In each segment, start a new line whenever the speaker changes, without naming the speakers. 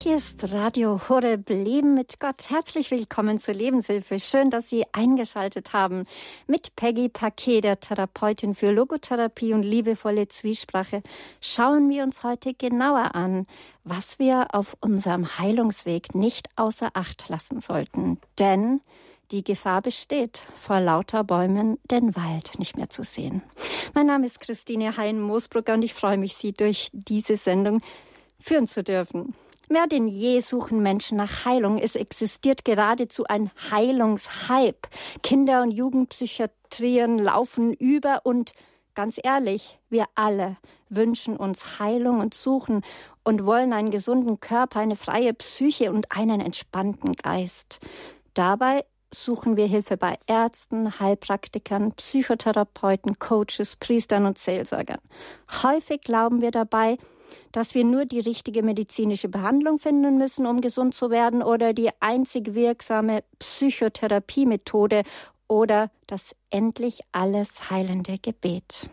Hier ist Radio Horeb Leben mit Gott. Herzlich willkommen zur Lebenshilfe. Schön, dass Sie eingeschaltet haben. Mit Peggy Paquet, der Therapeutin für Logotherapie und liebevolle Zwiesprache, schauen wir uns heute genauer an, was wir auf unserem Heilungsweg nicht außer Acht lassen sollten. Denn die Gefahr besteht, vor lauter Bäumen den Wald nicht mehr zu sehen. Mein Name ist Christine Hein-Moosbrugger und ich freue mich, Sie durch diese Sendung führen zu dürfen. Mehr denn je suchen Menschen nach Heilung. Es existiert geradezu ein Heilungshype. Kinder- und Jugendpsychiatrien laufen über und ganz ehrlich, wir alle wünschen uns Heilung und suchen und wollen einen gesunden Körper, eine freie Psyche und einen entspannten Geist. Dabei suchen wir Hilfe bei Ärzten, Heilpraktikern, Psychotherapeuten, Coaches, Priestern und Seelsorgern. Häufig glauben wir dabei, dass wir nur die richtige medizinische Behandlung finden müssen, um gesund zu werden, oder die einzig wirksame Psychotherapiemethode oder das endlich alles heilende Gebet.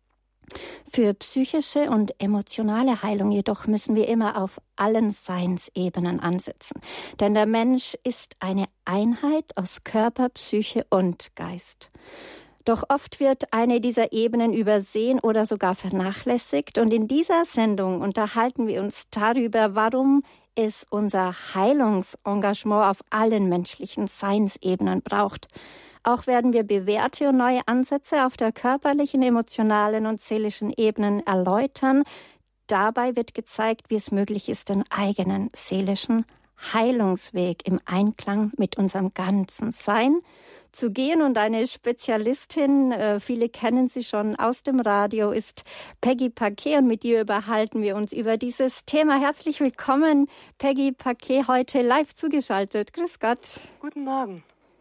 Für psychische und emotionale Heilung jedoch müssen wir immer auf allen Seinsebenen ansetzen. Denn der Mensch ist eine Einheit aus Körper, Psyche und Geist. Doch oft wird eine dieser Ebenen übersehen oder sogar vernachlässigt. Und in dieser Sendung unterhalten wir uns darüber, warum es unser Heilungsengagement auf allen menschlichen Seinsebenen braucht. Auch werden wir bewährte und neue Ansätze auf der körperlichen, emotionalen und seelischen Ebenen erläutern. Dabei wird gezeigt, wie es möglich ist, den eigenen seelischen Heilungsweg im Einklang mit unserem ganzen Sein zu gehen. Und eine Spezialistin, viele kennen sie schon aus dem Radio, ist Peggy Paquet, und mit ihr überhalten wir uns über dieses Thema. Herzlich willkommen, Peggy Paquet, heute live zugeschaltet. Grüß Gott.
Guten Morgen.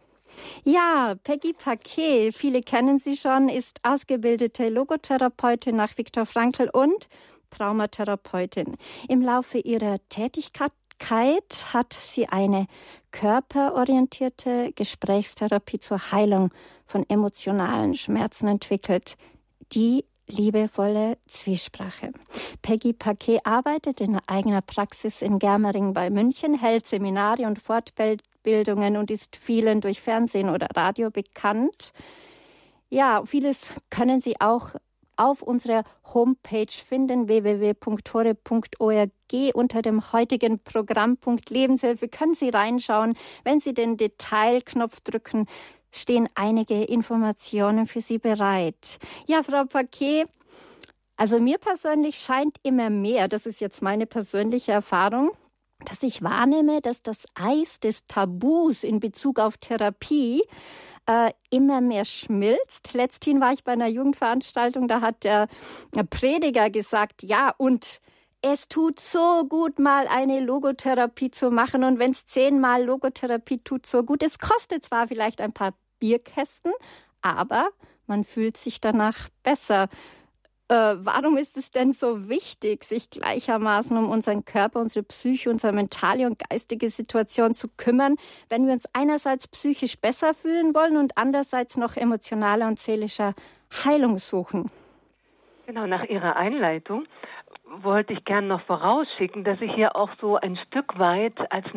Ja, Peggy Paquet, viele kennen sie schon, ist ausgebildete Logotherapeutin nach Viktor Frankl und Traumatherapeutin. Im Laufe ihrer Tätigkeit hat sie eine körperorientierte Gesprächstherapie zur Heilung von emotionalen Schmerzen entwickelt, die liebevolle Zwiesprache. Peggy Paquet arbeitet in eigener Praxis in Germering bei München, hält Seminare und Fortbildungen und ist vielen durch Fernsehen oder Radio bekannt. Ja, vieles können Sie auch auf unserer Homepage finden, www.horeb.org. Unter dem heutigen Programmpunkt Lebenshilfe können Sie reinschauen. Wenn Sie den Detailknopf drücken, stehen einige Informationen für Sie bereit. Ja, Frau Paquet, also mir persönlich scheint immer mehr, das ist jetzt meine persönliche Erfahrung, dass ich wahrnehme, dass das Eis des Tabus in Bezug auf Therapie immer mehr schmilzt. Letzthin war ich bei einer Jugendveranstaltung, da hat der Prediger gesagt, ja, und es tut so gut, mal eine Logotherapie zu machen, und wenn es 10-mal Logotherapie tut, so gut. Es kostet zwar vielleicht ein paar Bierkästen, aber man fühlt sich danach besser. Warum ist es denn so wichtig, sich gleichermaßen um unseren Körper, unsere Psyche, unsere mentale und geistige Situation zu kümmern, wenn wir uns einerseits psychisch besser fühlen wollen und andererseits noch emotionaler und seelischer Heilung suchen?
Genau, nach Ihrer Einleitung wollte ich gerne noch vorausschicken, dass ich hier auch so ein Stück weit als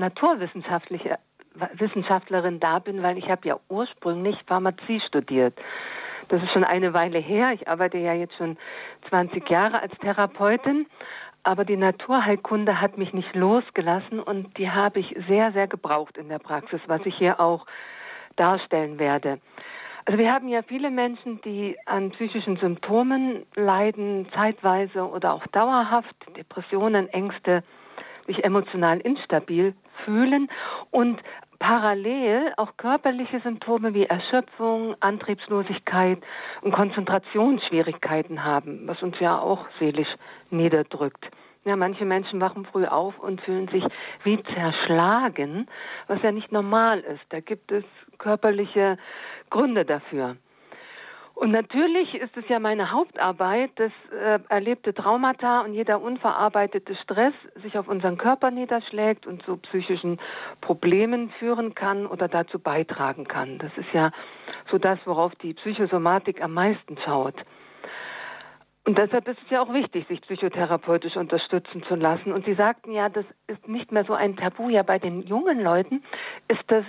Naturwissenschaftlerin da bin, weil ich habe ja ursprünglich Pharmazie studiert. Das ist schon eine Weile her. Ich arbeite ja jetzt schon 20 Jahre als Therapeutin. Aber die Naturheilkunde hat mich nicht losgelassen und die habe ich sehr, sehr gebraucht in der Praxis, was ich hier auch darstellen werde. Also wir haben ja viele Menschen, die an psychischen Symptomen leiden, zeitweise oder auch dauerhaft, Depressionen, Ängste, sich emotional instabil fühlen und parallel auch körperliche Symptome wie Erschöpfung, Antriebslosigkeit und Konzentrationsschwierigkeiten haben, was uns ja auch seelisch niederdrückt. Ja, manche Menschen wachen früh auf und fühlen sich wie zerschlagen, was ja nicht normal ist. Da gibt es körperliche Gründe dafür. Und natürlich ist es ja meine Hauptarbeit, dass erlebte Traumata und jeder unverarbeitete Stress sich auf unseren Körper niederschlägt und zu psychischen Problemen führen kann oder dazu beitragen kann. Das ist ja so das, worauf die Psychosomatik am meisten schaut. Und deshalb ist es ja auch wichtig, sich psychotherapeutisch unterstützen zu lassen. Und Sie sagten ja, das ist nicht mehr so ein Tabu. Ja, bei den jungen Leuten ist das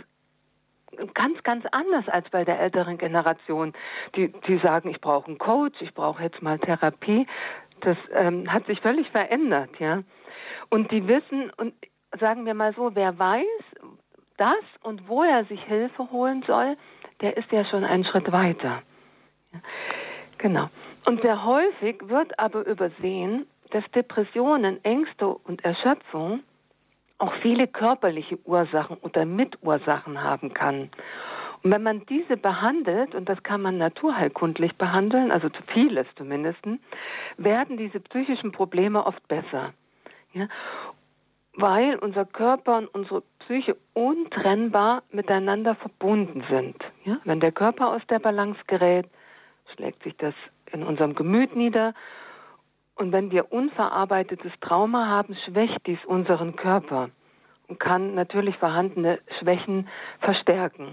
ganz, ganz anders als bei der älteren Generation. Die sagen, ich brauche einen Coach, ich brauche jetzt mal Therapie. Das hat sich völlig verändert, ja. Und die wissen, und sagen wir mal so, wer weiß das und wo er sich Hilfe holen soll, der ist ja schon einen Schritt weiter. Ja. Genau. Und sehr häufig wird aber übersehen, dass Depressionen, Ängste und Erschöpfung auch viele körperliche Ursachen oder Mitursachen haben kann. Und wenn man diese behandelt, und das kann man naturheilkundlich behandeln, also vieles zumindest, werden diese psychischen Probleme oft besser. Ja? Weil unser Körper und unsere Psyche untrennbar miteinander verbunden sind. Ja? Wenn der Körper aus der Balance gerät, schlägt sich das in unserem Gemüt nieder. Und wenn wir unverarbeitetes Trauma haben, schwächt dies unseren Körper und kann natürlich vorhandene Schwächen verstärken.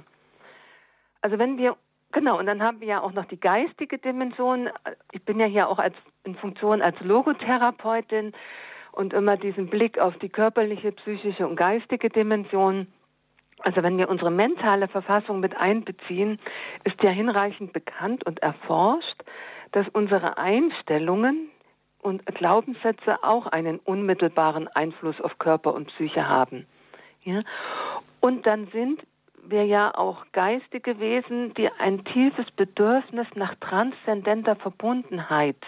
Also wenn wir, genau, und dann haben wir ja auch noch die geistige Dimension. Ich bin ja hier auch in Funktion als Logotherapeutin und immer diesen Blick auf die körperliche, psychische und geistige Dimension. Also wenn wir unsere mentale Verfassung mit einbeziehen, ist ja hinreichend bekannt und erforscht, dass unsere Einstellungen und Glaubenssätze auch einen unmittelbaren Einfluss auf Körper und Psyche haben. Ja? Und dann sind wir ja auch geistige Wesen, die ein tiefes Bedürfnis nach transzendenter Verbundenheit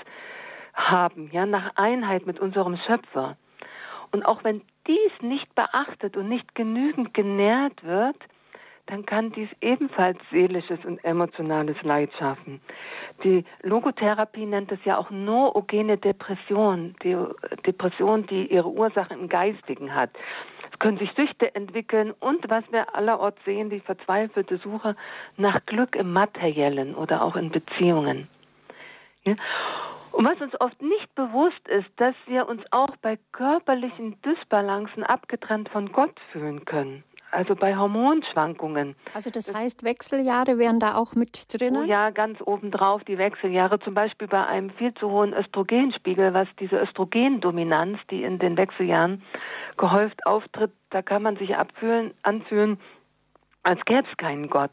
haben, ja, nach Einheit mit unserem Schöpfer. Und auch wenn dies nicht beachtet und nicht genügend genährt wird, dann kann dies ebenfalls seelisches und emotionales Leid schaffen. Die Logotherapie nennt es ja auch noogene Depression, die Depression, die ihre Ursache im Geistigen hat. Es können sich Süchte entwickeln und, was wir allerorts sehen, die verzweifelte Suche nach Glück im Materiellen oder auch in Beziehungen. Ja? Und was uns oft nicht bewusst ist, dass wir uns auch bei körperlichen Dysbalancen abgetrennt von Gott fühlen können. Also bei Hormonschwankungen.
Also das heißt, Wechseljahre wären da auch mit drinnen?
Oh ja, ganz obendrauf die Wechseljahre. Zum Beispiel bei einem viel zu hohen Östrogenspiegel, was diese Östrogendominanz, die in den Wechseljahren gehäuft auftritt, da kann man sich anfühlen, als gäbe es keinen Gott.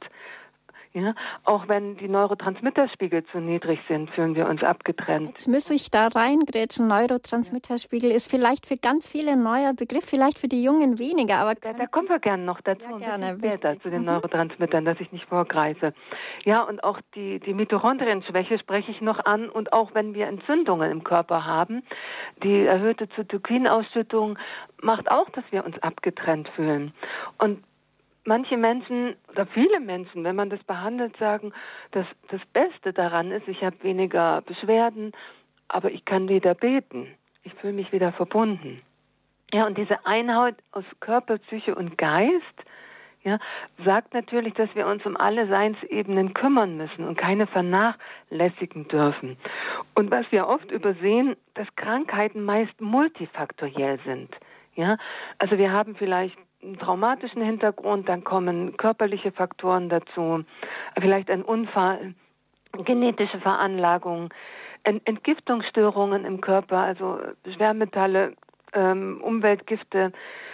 Ja, auch wenn die Neurotransmitterspiegel zu niedrig sind, fühlen wir uns abgetrennt.
Jetzt muss ich da reingrätschen. Neurotransmitterspiegel ist vielleicht für ganz viele ein neuer Begriff, vielleicht für die Jungen weniger. Aber
da kommen wir gerne noch dazu.
Ja, gerne.
Später zu den Neurotransmittern, dass ich nicht vorgreife. Ja, und auch die Mitochondrienschwäche spreche ich noch an. Und auch wenn wir Entzündungen im Körper haben, die erhöhte Zytokinausschüttung macht auch, dass wir uns abgetrennt fühlen. Und manche Menschen oder viele Menschen, wenn man das behandelt, sagen, dass das Beste daran ist, ich habe weniger Beschwerden, aber ich kann wieder beten. Ich fühle mich wieder verbunden. Ja, und diese Einheit aus Körper, Psyche und Geist, ja, sagt natürlich, dass wir uns um alle Seinsebenen kümmern müssen und keine vernachlässigen dürfen. Und was wir oft übersehen, dass Krankheiten meist multifaktoriell sind. Ja, also wir haben vielleicht einen traumatischen Hintergrund, dann kommen körperliche Faktoren dazu, vielleicht ein Unfall, genetische Veranlagung, Entgiftungsstörungen im Körper, also Schwermetalle, Umweltgifte,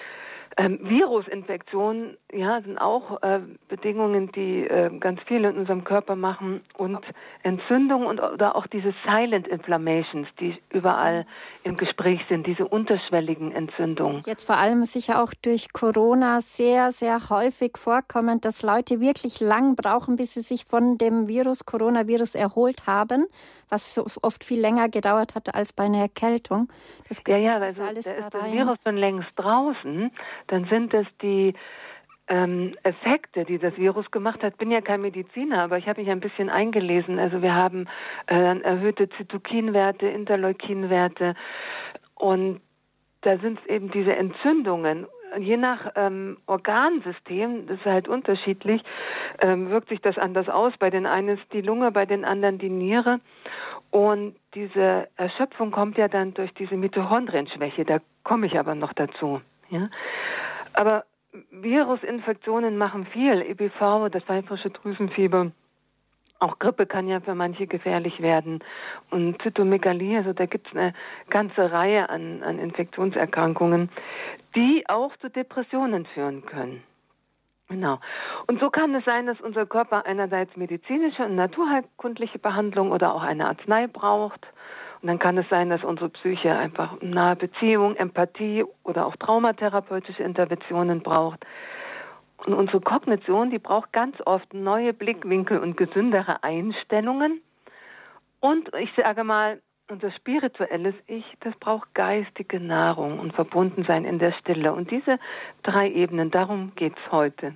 Virusinfektionen, ja, sind auch Bedingungen, die ganz viel in unserem Körper machen, und Entzündungen oder auch diese Silent Inflammations, die überall im Gespräch sind, diese unterschwelligen Entzündungen.
Jetzt vor allem sicher auch durch Corona sehr, sehr häufig vorkommend, dass Leute wirklich lang brauchen, bis sie sich von dem Coronavirus erholt haben, was so oft viel länger gedauert hat als bei einer Erkältung. Das
ja, also da ist das Virus schon längst draußen. Dann sind es die Effekte, die das Virus gemacht hat. Ich bin ja kein Mediziner, aber ich habe mich ein bisschen eingelesen. Also wir haben erhöhte Zytokinwerte, Interleukinwerte, und da sind es eben diese Entzündungen. Je nach Organsystem, das ist halt unterschiedlich, wirkt sich das anders aus. Bei den einen ist die Lunge, bei den anderen die Niere. Und diese Erschöpfung kommt ja dann durch diese Mitochondrienschwäche. Da komme ich aber noch dazu. Ja? Aber Virusinfektionen machen viel. EBV, das pfeifrische Drüsenfieber, Auch Grippe kann ja für manche gefährlich werden. Und Zytomegalie, also da gibt es eine ganze Reihe an Infektionserkrankungen, die auch zu Depressionen führen können. Genau. Und so kann es sein, dass unser Körper einerseits medizinische und naturheilkundliche Behandlung oder auch eine Arznei braucht. Und dann kann es sein, dass unsere Psyche einfach nahe Beziehung, Empathie oder auch traumatherapeutische Interventionen braucht. Und unsere Kognition, die braucht ganz oft neue Blickwinkel und gesündere Einstellungen. Und ich sage mal, unser spirituelles Ich, das braucht geistige Nahrung und Verbundensein in der Stille. Und diese 3 Ebenen, darum geht es heute.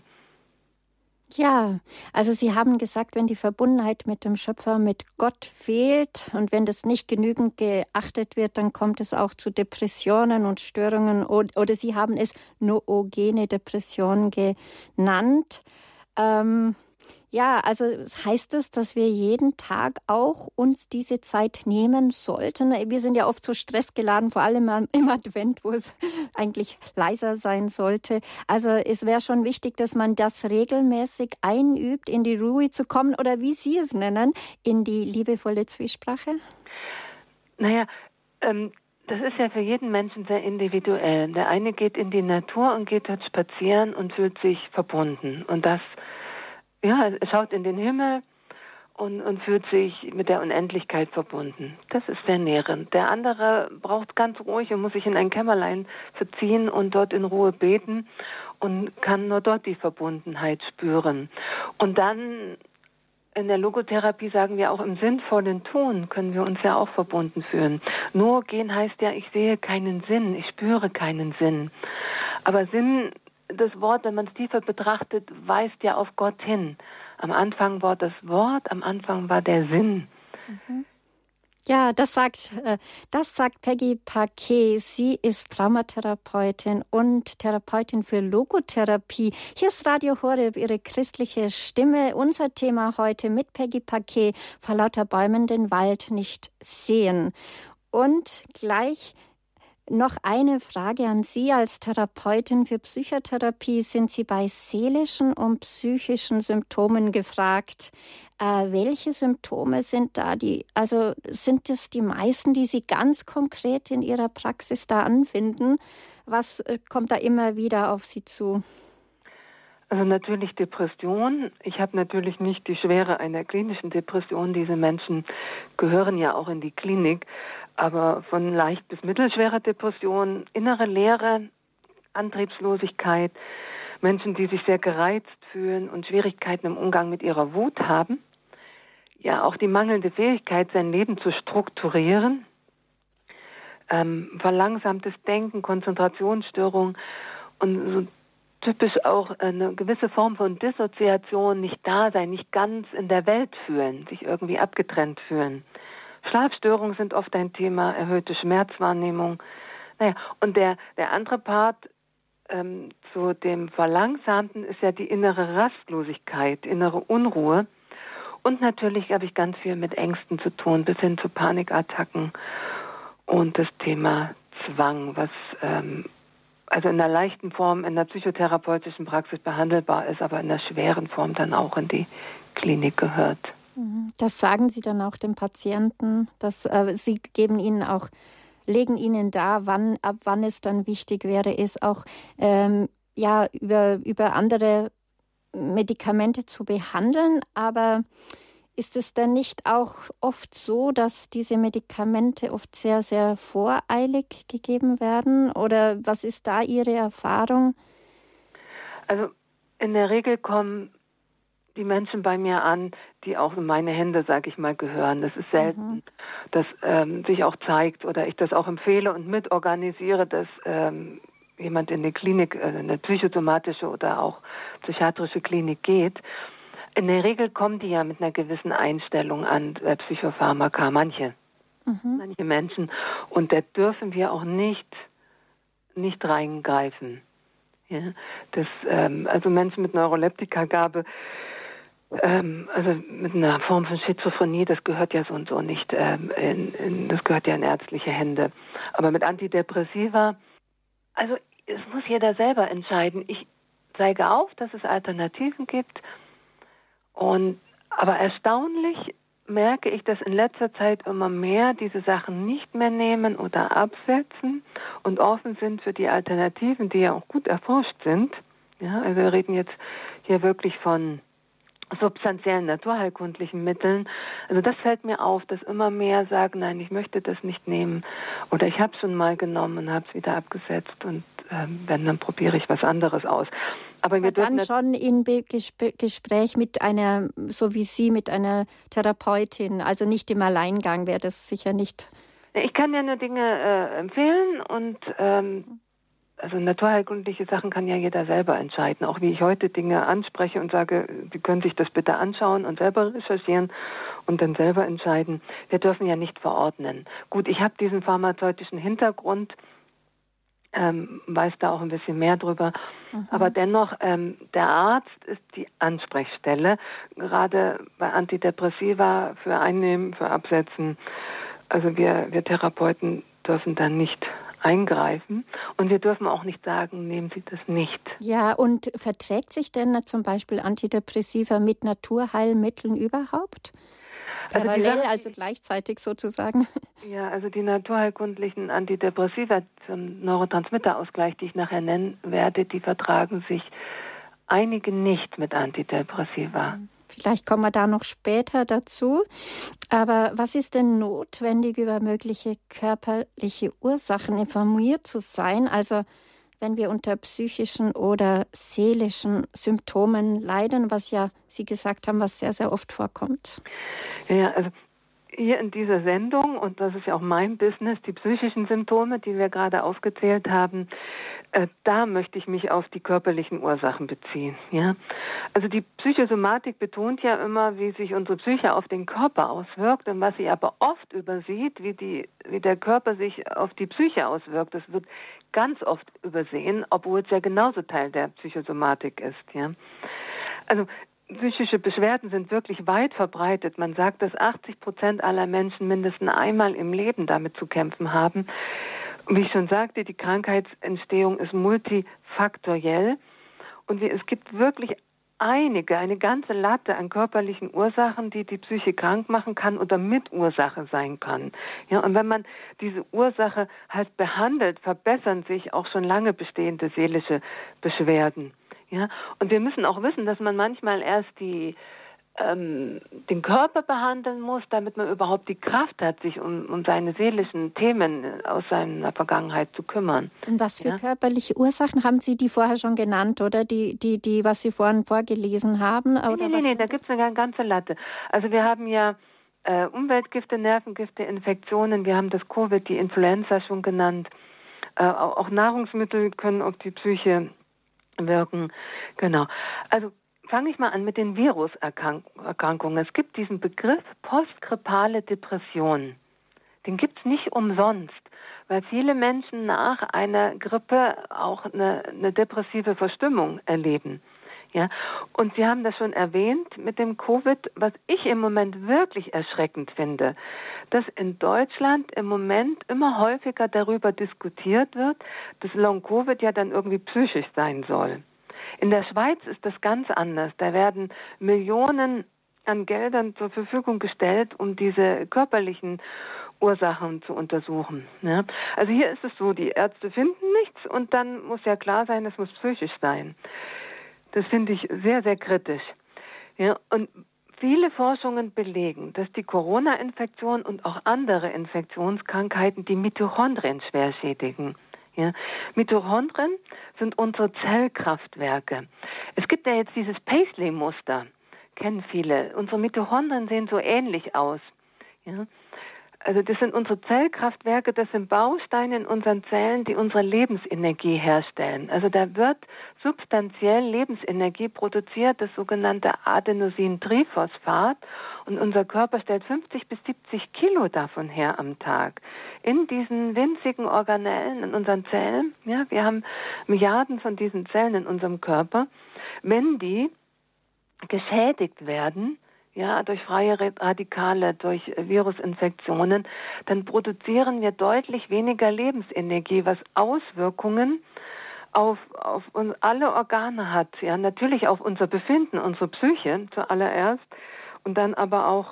Ja, also Sie haben gesagt, wenn die Verbundenheit mit dem Schöpfer, mit Gott fehlt und wenn das nicht genügend geachtet wird, dann kommt es auch zu Depressionen und Störungen oder Sie haben es noogene Depression genannt. Ja, also heißt es, dass wir jeden Tag auch uns diese Zeit nehmen sollten? Wir sind ja oft so stressgeladen, vor allem im Advent, wo es eigentlich leiser sein sollte. Also es wäre schon wichtig, dass man das regelmäßig einübt, in die Ruhe zu kommen oder wie Sie es nennen, in die liebevolle Zwiesprache.
Naja, das ist ja für jeden Menschen sehr individuell. Der eine geht in die Natur und geht dort spazieren und fühlt sich verbunden. Und das er schaut in den Himmel und fühlt sich mit der Unendlichkeit verbunden. Das ist sehr nährend. Der andere braucht ganz ruhig und muss sich in ein Kämmerlein verziehen und dort in Ruhe beten und kann nur dort die Verbundenheit spüren. Und dann in der Logotherapie sagen wir auch, im sinnvollen Tun können wir uns ja auch verbunden fühlen. Nur gehen heißt ja, ich sehe keinen Sinn, ich spüre keinen Sinn. Aber Sinn, das Wort, wenn man es tiefer betrachtet, weist ja auf Gott hin. Am Anfang war das Wort, am Anfang war der Sinn.
Mhm. Ja, das sagt Peggy Paquet. Sie ist Traumatherapeutin und Therapeutin für Logotherapie. Hier ist Radio Horeb, ihre christliche Stimme. Unser Thema heute mit Peggy Paquet: vor lauter Bäumen den Wald nicht sehen. Und gleich noch eine Frage an Sie als Therapeutin für Psychotherapie. Sind Sie bei seelischen und psychischen Symptomen gefragt? Welche Symptome sind da also sind es die meisten, die Sie ganz konkret in Ihrer Praxis da anfinden? Was kommt da immer wieder auf Sie zu?
Also natürlich Depression. Ich habe natürlich nicht die Schwere einer klinischen Depression. Diese Menschen gehören ja auch in die Klinik. Aber von leicht bis mittelschwerer Depression, innere Leere, Antriebslosigkeit, Menschen, die sich sehr gereizt fühlen und Schwierigkeiten im Umgang mit ihrer Wut haben. Ja, auch die mangelnde Fähigkeit, sein Leben zu strukturieren. Verlangsamtes Denken, Konzentrationsstörung und so typisch auch eine gewisse Form von Dissoziation, nicht da sein, nicht ganz in der Welt fühlen, sich irgendwie abgetrennt fühlen. Schlafstörungen sind oft ein Thema, erhöhte Schmerzwahrnehmung. Naja, und der andere Part zu dem Verlangsamten ist ja die innere Rastlosigkeit, innere Unruhe. Und natürlich habe ich ganz viel mit Ängsten zu tun, bis hin zu Panikattacken und das Thema Zwang, was also in der leichten Form in der psychotherapeutischen Praxis behandelbar ist, aber in der schweren Form dann auch in die Klinik gehört.
Das sagen Sie dann auch den Patienten, dass Sie legen ihnen da, ab wann es dann wichtig wäre, ist auch über andere Medikamente zu behandeln. Aber ist es denn nicht auch oft so, dass diese Medikamente oft sehr, sehr voreilig gegeben werden? Oder was ist da Ihre Erfahrung?
Also in der Regel kommen die Menschen bei mir an, die auch in meine Hände, sage ich mal, gehören. Das ist selten, dass sich auch zeigt oder ich das auch empfehle und mitorganisiere, dass jemand in die Klinik, eine psychosomatische oder auch psychiatrische Klinik geht. In der Regel kommen die ja mit einer gewissen Einstellung an Psychopharmaka, manche Menschen. Und da dürfen wir auch nicht reingreifen. Ja? Also Menschen mit Neuroleptika-Gabe, also mit einer Form von Schizophrenie, das gehört ja so und so nicht, das gehört ja in ärztliche Hände. Aber mit Antidepressiva, also es muss jeder selber entscheiden. Ich zeige auf, dass es Alternativen gibt, Aber erstaunlich merke ich, dass in letzter Zeit immer mehr diese Sachen nicht mehr nehmen oder absetzen und offen sind für die Alternativen, die ja auch gut erforscht sind. Ja, also wir reden jetzt hier wirklich von substanziellen naturheilkundlichen Mitteln. Also das fällt mir auf, dass immer mehr sagen, nein, ich möchte das nicht nehmen oder ich habe es schon mal genommen und habe es wieder abgesetzt und wenn, dann probiere ich was anderes aus.
Aber wir dann schon in Gespräch mit einer, so wie Sie, mit einer Therapeutin, also nicht im Alleingang wäre das sicher nicht.
Ich kann ja nur Dinge empfehlen und also naturheilkundliche Sachen kann ja jeder selber entscheiden. Auch wie ich heute Dinge anspreche und sage, Sie können sich das bitte anschauen und selber recherchieren und dann selber entscheiden. Wir dürfen ja nicht verordnen. Gut, ich habe diesen pharmazeutischen Hintergrund, weiß da auch ein bisschen mehr drüber. Aber dennoch, der Arzt ist die Ansprechstelle, gerade bei Antidepressiva für Einnehmen, für Absetzen. Also wir Therapeuten dürfen da nicht eingreifen und wir dürfen auch nicht sagen, nehmen Sie das nicht.
Ja, und verträgt sich denn zum Beispiel Antidepressiva mit Naturheilmitteln überhaupt? Parallel, also gleichzeitig sozusagen?
Ja, also die naturheilkundlichen Antidepressiva zum Neurotransmitterausgleich, die ich nachher nennen werde, die vertragen sich einige nicht mit Antidepressiva.
Vielleicht kommen wir da noch später dazu. Aber was ist denn notwendig, über mögliche körperliche Ursachen informiert zu sein? Also wenn wir unter psychischen oder seelischen Symptomen leiden, was ja Sie gesagt haben, was sehr, sehr oft vorkommt.
Ja, also hier in dieser Sendung, und das ist ja auch mein Business, die psychischen Symptome, die wir gerade aufgezählt haben, da möchte ich mich auf die körperlichen Ursachen beziehen. Ja? Also die Psychosomatik betont ja immer, wie sich unsere Psyche auf den Körper auswirkt, und was sie aber oft übersieht, wie der Körper sich auf die Psyche auswirkt. Das wird ganz oft übersehen, obwohl es ja genauso Teil der Psychosomatik ist. Ja? Also psychische Beschwerden sind wirklich weit verbreitet. Man sagt, dass 80% aller Menschen mindestens einmal im Leben damit zu kämpfen haben. Wie ich schon sagte, die Krankheitsentstehung ist multifaktoriell und es gibt wirklich eine ganze Latte an körperlichen Ursachen, die die Psyche krank machen kann oder Mitursache sein kann. Ja, und wenn man diese Ursache halt behandelt, verbessern sich auch schon lange bestehende seelische Beschwerden. Ja, und wir müssen auch wissen, dass man manchmal erst den Körper behandeln muss, damit man überhaupt die Kraft hat, sich um seine seelischen Themen aus seiner Vergangenheit zu kümmern.
Und was für körperliche Ursachen haben Sie die vorher schon genannt, oder? Die, was Sie vorhin vorgelesen haben? Oder
Nee, da gibt es eine ganze Latte. Also wir haben ja Umweltgifte, Nervengifte, Infektionen, wir haben das Covid, die Influenza schon genannt. Auch Nahrungsmittel können auf die Psyche wirken. Genau. Also fange ich mal an mit den Viruserkrankungen. Es gibt diesen Begriff postgrippale Depression. Den gibt es nicht umsonst, weil viele Menschen nach einer Grippe auch eine depressive Verstimmung erleben. Ja, und Sie haben das schon erwähnt mit dem Covid, was ich im Moment wirklich erschreckend finde, dass in Deutschland im Moment immer häufiger darüber diskutiert wird, dass Long-Covid ja dann irgendwie psychisch sein soll. In der Schweiz ist das ganz anders. Da werden Millionen an Geldern zur Verfügung gestellt, um diese körperlichen Ursachen zu untersuchen. Ja? Also hier ist es so, die Ärzte finden nichts und dann muss ja klar sein, es muss psychisch sein. Das finde ich sehr, sehr kritisch. Ja? Und viele Forschungen belegen, dass die Corona-Infektion und auch andere Infektionskrankheiten die Mitochondrien schwer schädigen. Ja. Mitochondrien sind unsere Zellkraftwerke. Es gibt ja jetzt dieses Paisley-Muster, kennen viele. Unsere Mitochondrien sehen so ähnlich aus. Ja. Also das sind unsere Zellkraftwerke, das sind Bausteine in unseren Zellen, die unsere Lebensenergie herstellen. Also da wird substanziell Lebensenergie produziert, das sogenannte Adenosintriphosphat, und unser Körper stellt 50 bis 70 Kilo davon her am Tag. In diesen winzigen Organellen, in unseren Zellen, ja, wir haben Milliarden von diesen Zellen in unserem Körper, wenn die geschädigt werden, ja, durch freie Radikale, durch Virusinfektionen, dann produzieren wir deutlich weniger Lebensenergie, was Auswirkungen auf alle Organe hat. Ja, natürlich auf unser Befinden, unsere Psyche zuallererst und dann aber auch,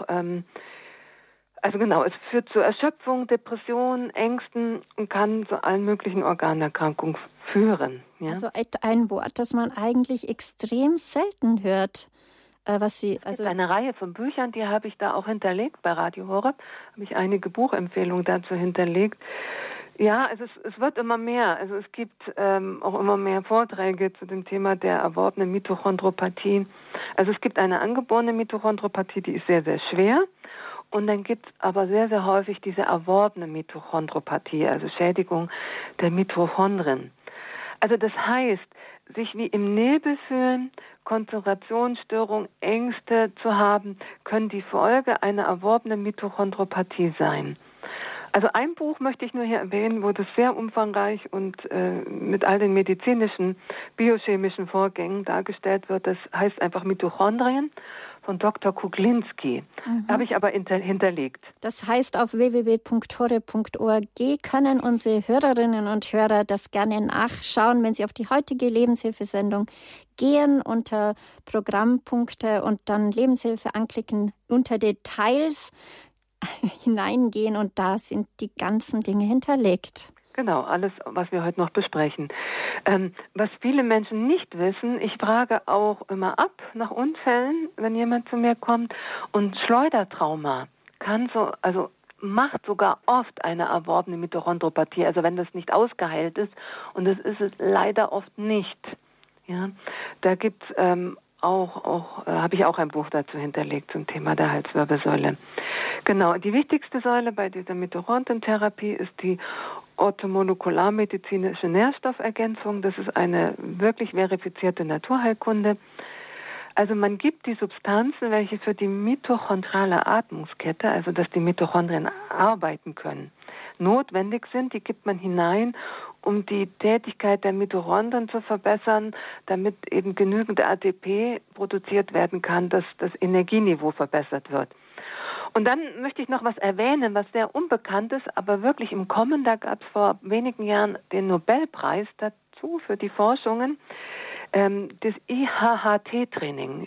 es führt zu Erschöpfung, Depressionen, Ängsten und kann zu allen möglichen Organerkrankungen führen. Ja?
Also ein Wort, das man eigentlich extrem selten hört. Es gibt
eine Reihe von Büchern, die habe ich da auch hinterlegt. Bei Radio Horeb habe ich einige Buchempfehlungen dazu hinterlegt. Ja, also es wird immer mehr. Also es gibt auch immer mehr Vorträge zu dem Thema der erworbenen Mitochondropathie. Also es gibt eine angeborene Mitochondropathie, die ist sehr, sehr schwer. Und dann gibt es aber sehr, sehr häufig diese erworbene Mitochondropathie, also Schädigung der Mitochondrien. Also das heißt, sich wie im Nebel fühlen, Konzentrationsstörung, Ängste zu haben, können die Folge einer erworbenen Mitochondropathie sein. Also ein Buch möchte ich nur hier erwähnen, wo das sehr umfangreich und mit all den medizinischen, biochemischen Vorgängen dargestellt wird. Das heißt einfach Mitochondrien von Dr. Kuglinski. Habe ich aber hinterlegt.
Das heißt, auf www.horeb.org können unsere Hörerinnen und Hörer das gerne nachschauen, wenn sie auf die heutige Lebenshilfesendung gehen, unter Programmpunkte und dann Lebenshilfe anklicken, unter Details hineingehen und da sind die ganzen Dinge hinterlegt.
Genau, alles, was wir heute noch besprechen. Was viele Menschen nicht wissen, ich frage auch immer ab nach Unfällen, wenn jemand zu mir kommt, und Schleudertrauma macht sogar oft eine erworbene Mitochondropathie, also wenn das nicht ausgeheilt ist, und das ist es leider oft nicht. Ja, da gibt's habe ich auch ein Buch dazu hinterlegt zum Thema der Halswirbelsäule. Genau, die wichtigste Säule bei dieser Mitochondrientherapie ist die orthomolekularmedizinische Nährstoffergänzung. Das ist eine wirklich verifizierte Naturheilkunde. Also man gibt die Substanzen, welche für die mitochondrale Atmungskette, also dass die Mitochondrien arbeiten können, notwendig sind, die gibt man hinein, um die Tätigkeit der Mitochondrien zu verbessern, damit eben genügend ATP produziert werden kann, dass das Energieniveau verbessert wird. Und dann möchte ich noch was erwähnen, was sehr unbekannt ist, aber wirklich im Kommen. Da gab es vor wenigen Jahren den Nobelpreis dazu für die Forschungen. Das IHHT-Training,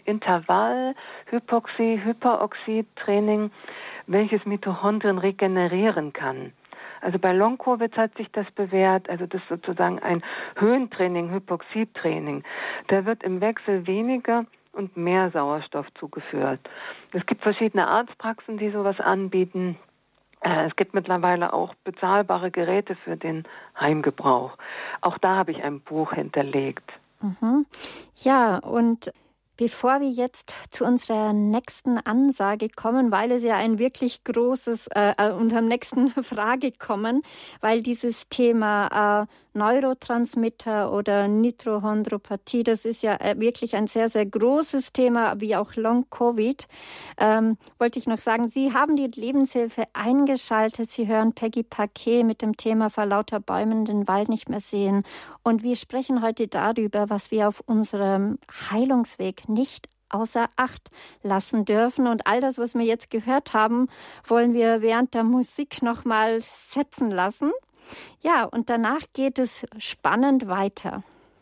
Intervall-Hypoxie-Hyperoxid-Training, welches Mitochondrien regenerieren kann. Also bei Long-Covid hat sich das bewährt, also das ist sozusagen ein Höhentraining, Hypoxid-Training. Da wird im Wechsel weniger und mehr Sauerstoff zugeführt. Es gibt verschiedene Arztpraxen, die sowas anbieten. Es gibt mittlerweile auch bezahlbare Geräte für den Heimgebrauch. Auch da habe ich ein Buch hinterlegt.
Ja, und bevor wir jetzt zu unserer nächsten Ansage kommen, weil es ja ein wirklich großes, unserer nächsten Frage kommen, weil dieses Thema Neurotransmitter oder Mitochondropathie, das ist ja wirklich ein sehr, sehr großes Thema, wie auch Long-Covid. Wollte ich noch sagen, Sie haben die Lebenshilfe eingeschaltet. Sie hören Peggy Paquet mit dem Thema vor lauter Bäumen den Wald nicht mehr sehen. Und wir sprechen heute darüber, was wir auf unserem Heilungsweg nicht außer Acht lassen dürfen. Und all das, was wir jetzt gehört haben, wollen wir während der Musik nochmal setzen lassen. Ja, und danach geht es spannend weiter.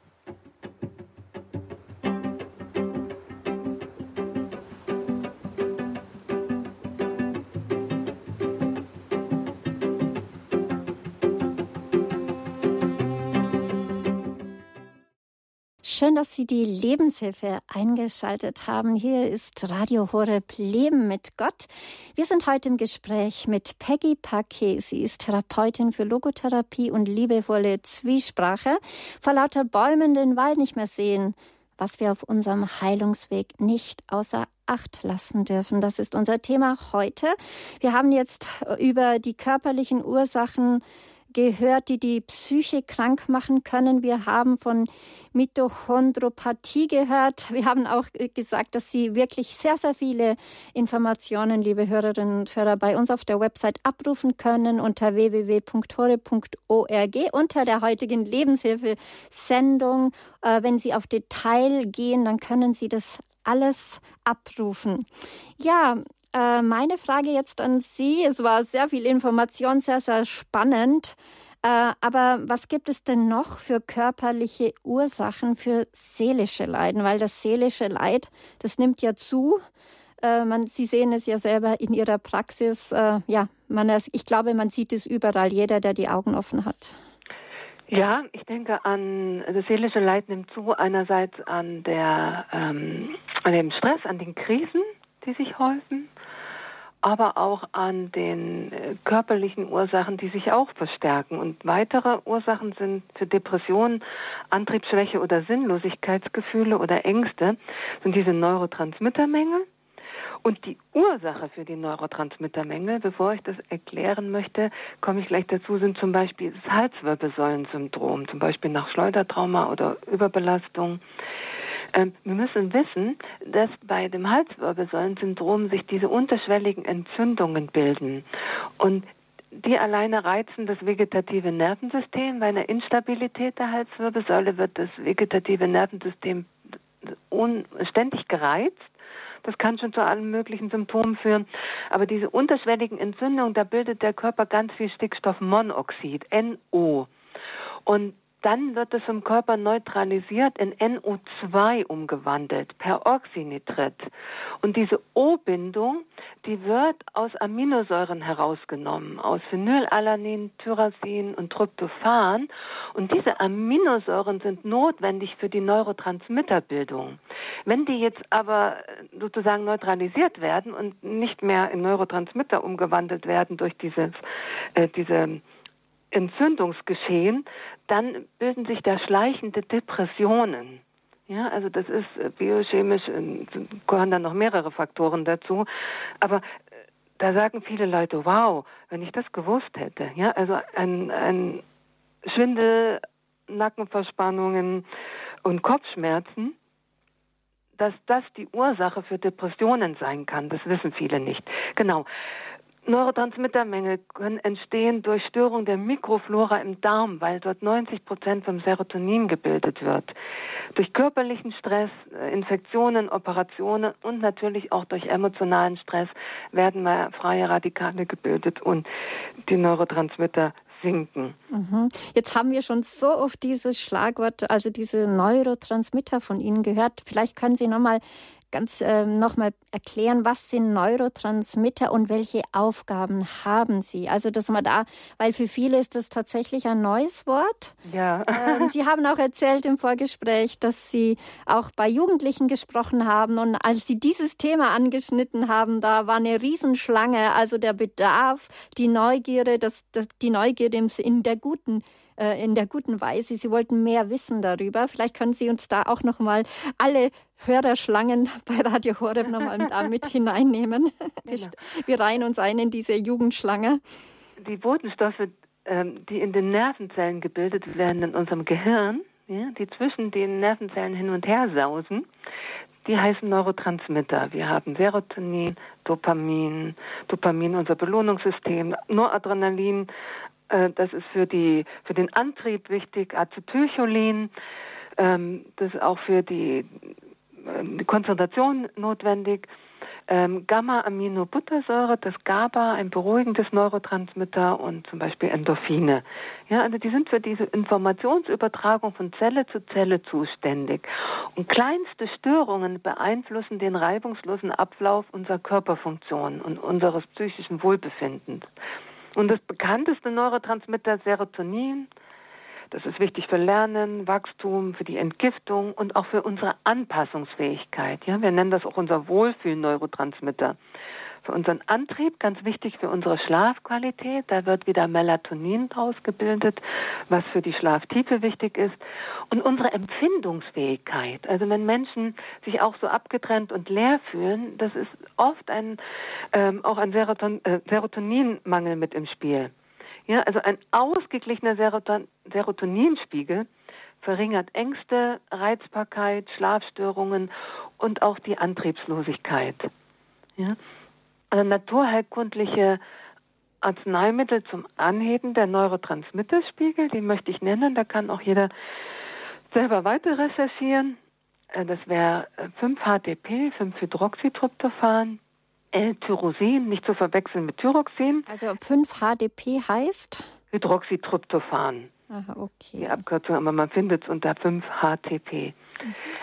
Schön, dass Sie die Lebenshilfe eingeschaltet haben. Hier ist Radio Horeb Leben mit Gott. Wir sind heute im Gespräch mit Peggy Paquet. Sie ist Therapeutin für Logotherapie und liebevolle Zwiesprache. Vor lauter Bäumen den Wald nicht mehr sehen, was wir auf unserem Heilungsweg nicht außer Acht lassen dürfen. Das ist unser Thema heute. Wir haben jetzt über die körperlichen Ursachen gehört, die die Psyche krank machen können. Wir haben von Mitochondropathie gehört. Wir haben auch gesagt, dass Sie wirklich sehr, sehr viele Informationen, liebe Hörerinnen und Hörer, bei uns auf der Website abrufen können unter www.horeb.org unter der heutigen Lebenshilfe-Sendung. Wenn Sie auf Detail gehen, dann können Sie das alles abrufen. Ja, meine Frage jetzt an Sie, es war sehr viel Information, sehr, sehr spannend, aber was gibt es denn noch für körperliche Ursachen für seelische Leiden? Weil das seelische Leid, das nimmt ja zu Sie sehen es ja selber in Ihrer Praxis. Ich glaube, man sieht es überall, jeder, der die Augen offen hat.
Ja, ich denke das seelische Leid nimmt zu, einerseits an dem Stress, an den Krisen, die sich häufen, aber auch an den körperlichen Ursachen, die sich auch verstärken. Und weitere Ursachen sind für Depressionen, Antriebsschwäche oder Sinnlosigkeitsgefühle oder Ängste, sind diese Neurotransmittermängel. Und die Ursache für die Neurotransmittermängel, bevor ich das erklären möchte, komme ich gleich dazu, sind zum Beispiel das Halswirbelsäulensyndrom, zum Beispiel nach Schleudertrauma oder Überbelastung. Wir müssen wissen, dass bei dem Halswirbelsäulensyndrom sich diese unterschwelligen Entzündungen bilden. Und die alleine reizen das vegetative Nervensystem. Bei einer Instabilität der Halswirbelsäule wird das vegetative Nervensystem ständig gereizt. Das kann schon zu allen möglichen Symptomen führen. Aber diese unterschwelligen Entzündungen, da bildet der Körper ganz viel Stickstoffmonoxid, NO. Und dann wird es im Körper neutralisiert, in NO2 umgewandelt, Peroxynitrit. Und diese O-Bindung, die wird aus Aminosäuren herausgenommen, aus Phenylalanin, Tyrosin und Tryptophan. Und diese Aminosäuren sind notwendig für die Neurotransmitterbildung. Wenn die jetzt aber sozusagen neutralisiert werden und nicht mehr in Neurotransmitter umgewandelt werden durch diese Entzündungsgeschehen, dann bilden sich da schleichende Depressionen. Ja, also das ist biochemisch, gehören dann noch mehrere Faktoren dazu. Aber da sagen viele Leute, wow, wenn ich das gewusst hätte. Ja, also ein Schwindel, Nackenverspannungen und Kopfschmerzen, dass das die Ursache für Depressionen sein kann, das wissen viele nicht. Genau. Neurotransmittermängel können entstehen durch Störung der Mikroflora im Darm, weil dort 90% vom Serotonin gebildet wird. Durch körperlichen Stress, Infektionen, Operationen und natürlich auch durch emotionalen Stress werden mal freie Radikale gebildet und die Neurotransmitter sinken.
Jetzt haben wir schon so oft dieses Schlagwort, also diese Neurotransmitter von Ihnen gehört. Vielleicht können Sie nochmal erklären, was sind Neurotransmitter und welche Aufgaben haben sie? Also dass man weil für viele ist das tatsächlich ein neues Wort.
Ja.
Sie haben auch erzählt im Vorgespräch, dass Sie auch bei Jugendlichen gesprochen haben und als Sie dieses Thema angeschnitten haben, da war eine Riesenschlange, also der Bedarf, die Neugierde, die Neugierde in der guten Weise. Sie wollten mehr wissen darüber. Vielleicht können Sie uns da auch nochmal alle Hörerschlangen bei Radio Horeb nochmal mit hineinnehmen. Genau. Wir reihen uns ein in diese Jugendschlange.
Die Botenstoffe, die in den Nervenzellen gebildet werden in unserem Gehirn, ja, die zwischen den Nervenzellen hin und her sausen, die heißen Neurotransmitter. Wir haben Serotonin, Dopamin, unser Belohnungssystem, Noradrenalin, das ist für den Antrieb wichtig, Acetylcholin, das ist auch für die Konzentration notwendig. Gamma-Aminobuttersäure, das GABA, ein beruhigendes Neurotransmitter und zum Beispiel Endorphine. Ja, also die sind für diese Informationsübertragung von Zelle zu Zelle zuständig. Und kleinste Störungen beeinflussen den reibungslosen Ablauf unserer Körperfunktionen und unseres psychischen Wohlbefindens. Und das bekannteste Neurotransmitter Serotonin, das ist wichtig für Lernen, Wachstum, für die Entgiftung und auch für unsere Anpassungsfähigkeit. Ja, wir nennen das auch unser Wohlfühl-Neurotransmitter. Für unseren Antrieb, ganz wichtig für unsere Schlafqualität, da wird wieder Melatonin ausgebildet, was für die Schlaftiefe wichtig ist. Und unsere Empfindungsfähigkeit, also wenn Menschen sich auch so abgetrennt und leer fühlen, das ist oft auch ein Serotoninmangel mit im Spiel. Ja, also ein ausgeglichener Serotoninspiegel verringert Ängste, Reizbarkeit, Schlafstörungen und auch die Antriebslosigkeit. Ja? Also naturheilkundliche Arzneimittel zum Anheben der Neurotransmitterspiegel, die möchte ich nennen, da kann auch jeder selber weiter recherchieren. Das wäre 5-HTP, 5-Hydroxytryptophan, L-Tyrosin, nicht zu verwechseln mit Thyroxin.
Also 5-HTP heißt?
Hydroxytryptophan.
Aha, okay.
Die Abkürzung, aber man findet es unter 5-HTP.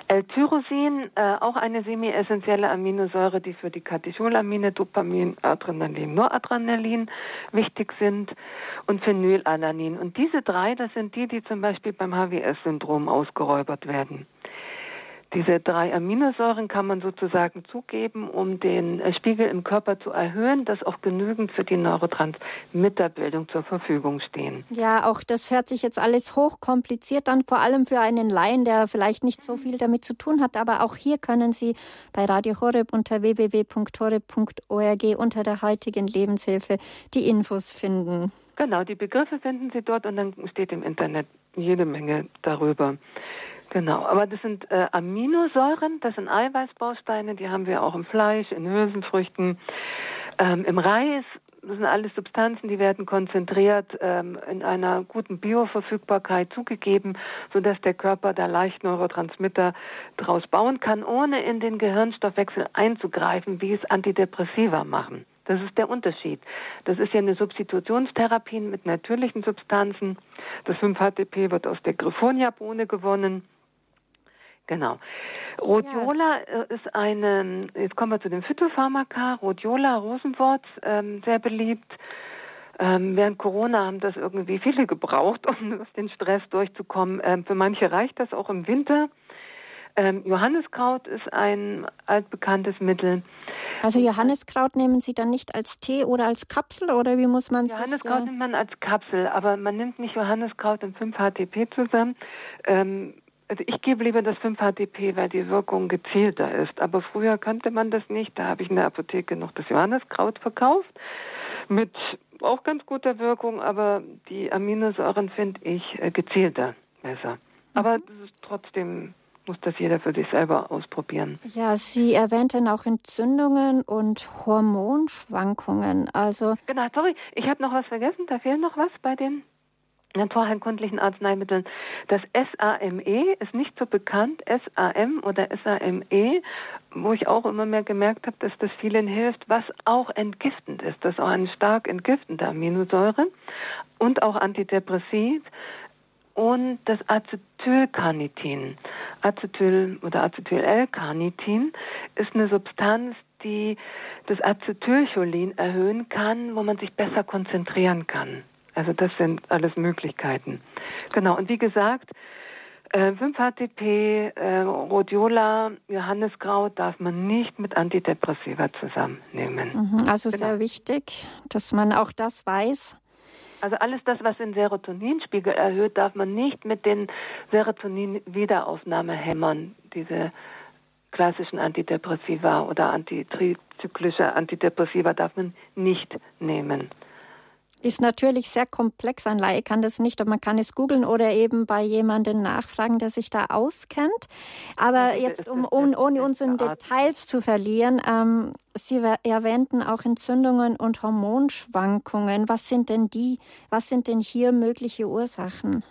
L-Tyrosin, auch eine semi-essentielle Aminosäure, die für die Katecholamine, Dopamin, Adrenalin, Noradrenalin wichtig sind, und Phenylalanin. Und diese drei, das sind die zum Beispiel beim HWS-Syndrom ausgeräubert werden. Diese drei Aminosäuren kann man sozusagen zugeben, um den Spiegel im Körper zu erhöhen, dass auch genügend für die Neurotransmitterbildung zur Verfügung stehen.
Ja, auch das hört sich jetzt alles hochkompliziert an, vor allem für einen Laien, der vielleicht nicht so viel damit zu tun hat. Aber auch hier können Sie bei Radio Horeb unter www.horeb.org unter der heutigen Lebenshilfe die Infos finden.
Genau, die Begriffe finden Sie dort und dann steht im Internet jede Menge darüber. Genau, aber das sind Aminosäuren, das sind Eiweißbausteine, die haben wir auch im Fleisch, in Hülsenfrüchten, im Reis. Das sind alles Substanzen, die werden konzentriert in einer guten Bioverfügbarkeit zugegeben, sodass der Körper da leicht Neurotransmitter draus bauen kann, ohne in den Gehirnstoffwechsel einzugreifen, wie es Antidepressiva machen. Das ist der Unterschied. Das ist ja eine Substitutionstherapie mit natürlichen Substanzen. Das 5-HTP wird aus der Griffonia-Bohne gewonnen. Genau. Rhodiola ist eine, jetzt kommen wir zu den Phytopharmaka, Rhodiola, Rosenwort, sehr beliebt. Während Corona haben das irgendwie viele gebraucht, um aus dem Stress durchzukommen. Für manche reicht das auch im Winter. Johanniskraut ist ein altbekanntes Mittel.
Also Johanniskraut nehmen Sie dann nicht als Tee oder als Kapsel oder wie muss man es?
Johanniskraut nimmt man als Kapsel, aber man nimmt nicht Johanniskraut und 5-HTP zusammen. Also ich gebe lieber das 5-HTP, weil die Wirkung gezielter ist. Aber früher kannte man das nicht. Da habe ich in der Apotheke noch das Johanniskraut verkauft mit auch ganz guter Wirkung, aber die Aminosäuren finde ich gezielter besser. Aber das ist trotzdem, muss das jeder für sich selber ausprobieren.
Ja, Sie erwähnten auch Entzündungen und Hormonschwankungen. Also
genau, sorry, ich habe noch was vergessen. Da fehlt noch was bei den naturheilkundlichen Arzneimitteln. Das SAMe ist nicht so bekannt, SAM oder SAMe, wo ich auch immer mehr gemerkt habe, dass das vielen hilft, was auch entgiftend ist. Das ist auch eine stark entgiftende Aminosäure und auch antidepressiv. Und das Acetylcarnitin. Acetyl- oder Acetyl-L-Carnitin ist eine Substanz, die das Acetylcholin erhöhen kann, wo man sich besser konzentrieren kann. Also das sind alles Möglichkeiten. Genau, und wie gesagt, 5-HTP, Rhodiola, Johanniskraut darf man nicht mit Antidepressiva zusammennehmen.
Also sehr wichtig, dass man auch das weiß.
Also alles das, was den Serotoninspiegel erhöht, darf man nicht mit den Serotonin-Wiederaufnahmehämmern, diese klassischen Antidepressiva oder antizyklische Antidepressiva darf man nicht nehmen.
Ist natürlich sehr komplex. Ein Laie kann das nicht, aber man kann es googeln oder eben bei jemandem nachfragen, der sich da auskennt. Aber jetzt, ohne uns in Details zu verlieren, Sie erwähnten auch Entzündungen und Hormonschwankungen. Was sind denn hier mögliche Ursachen?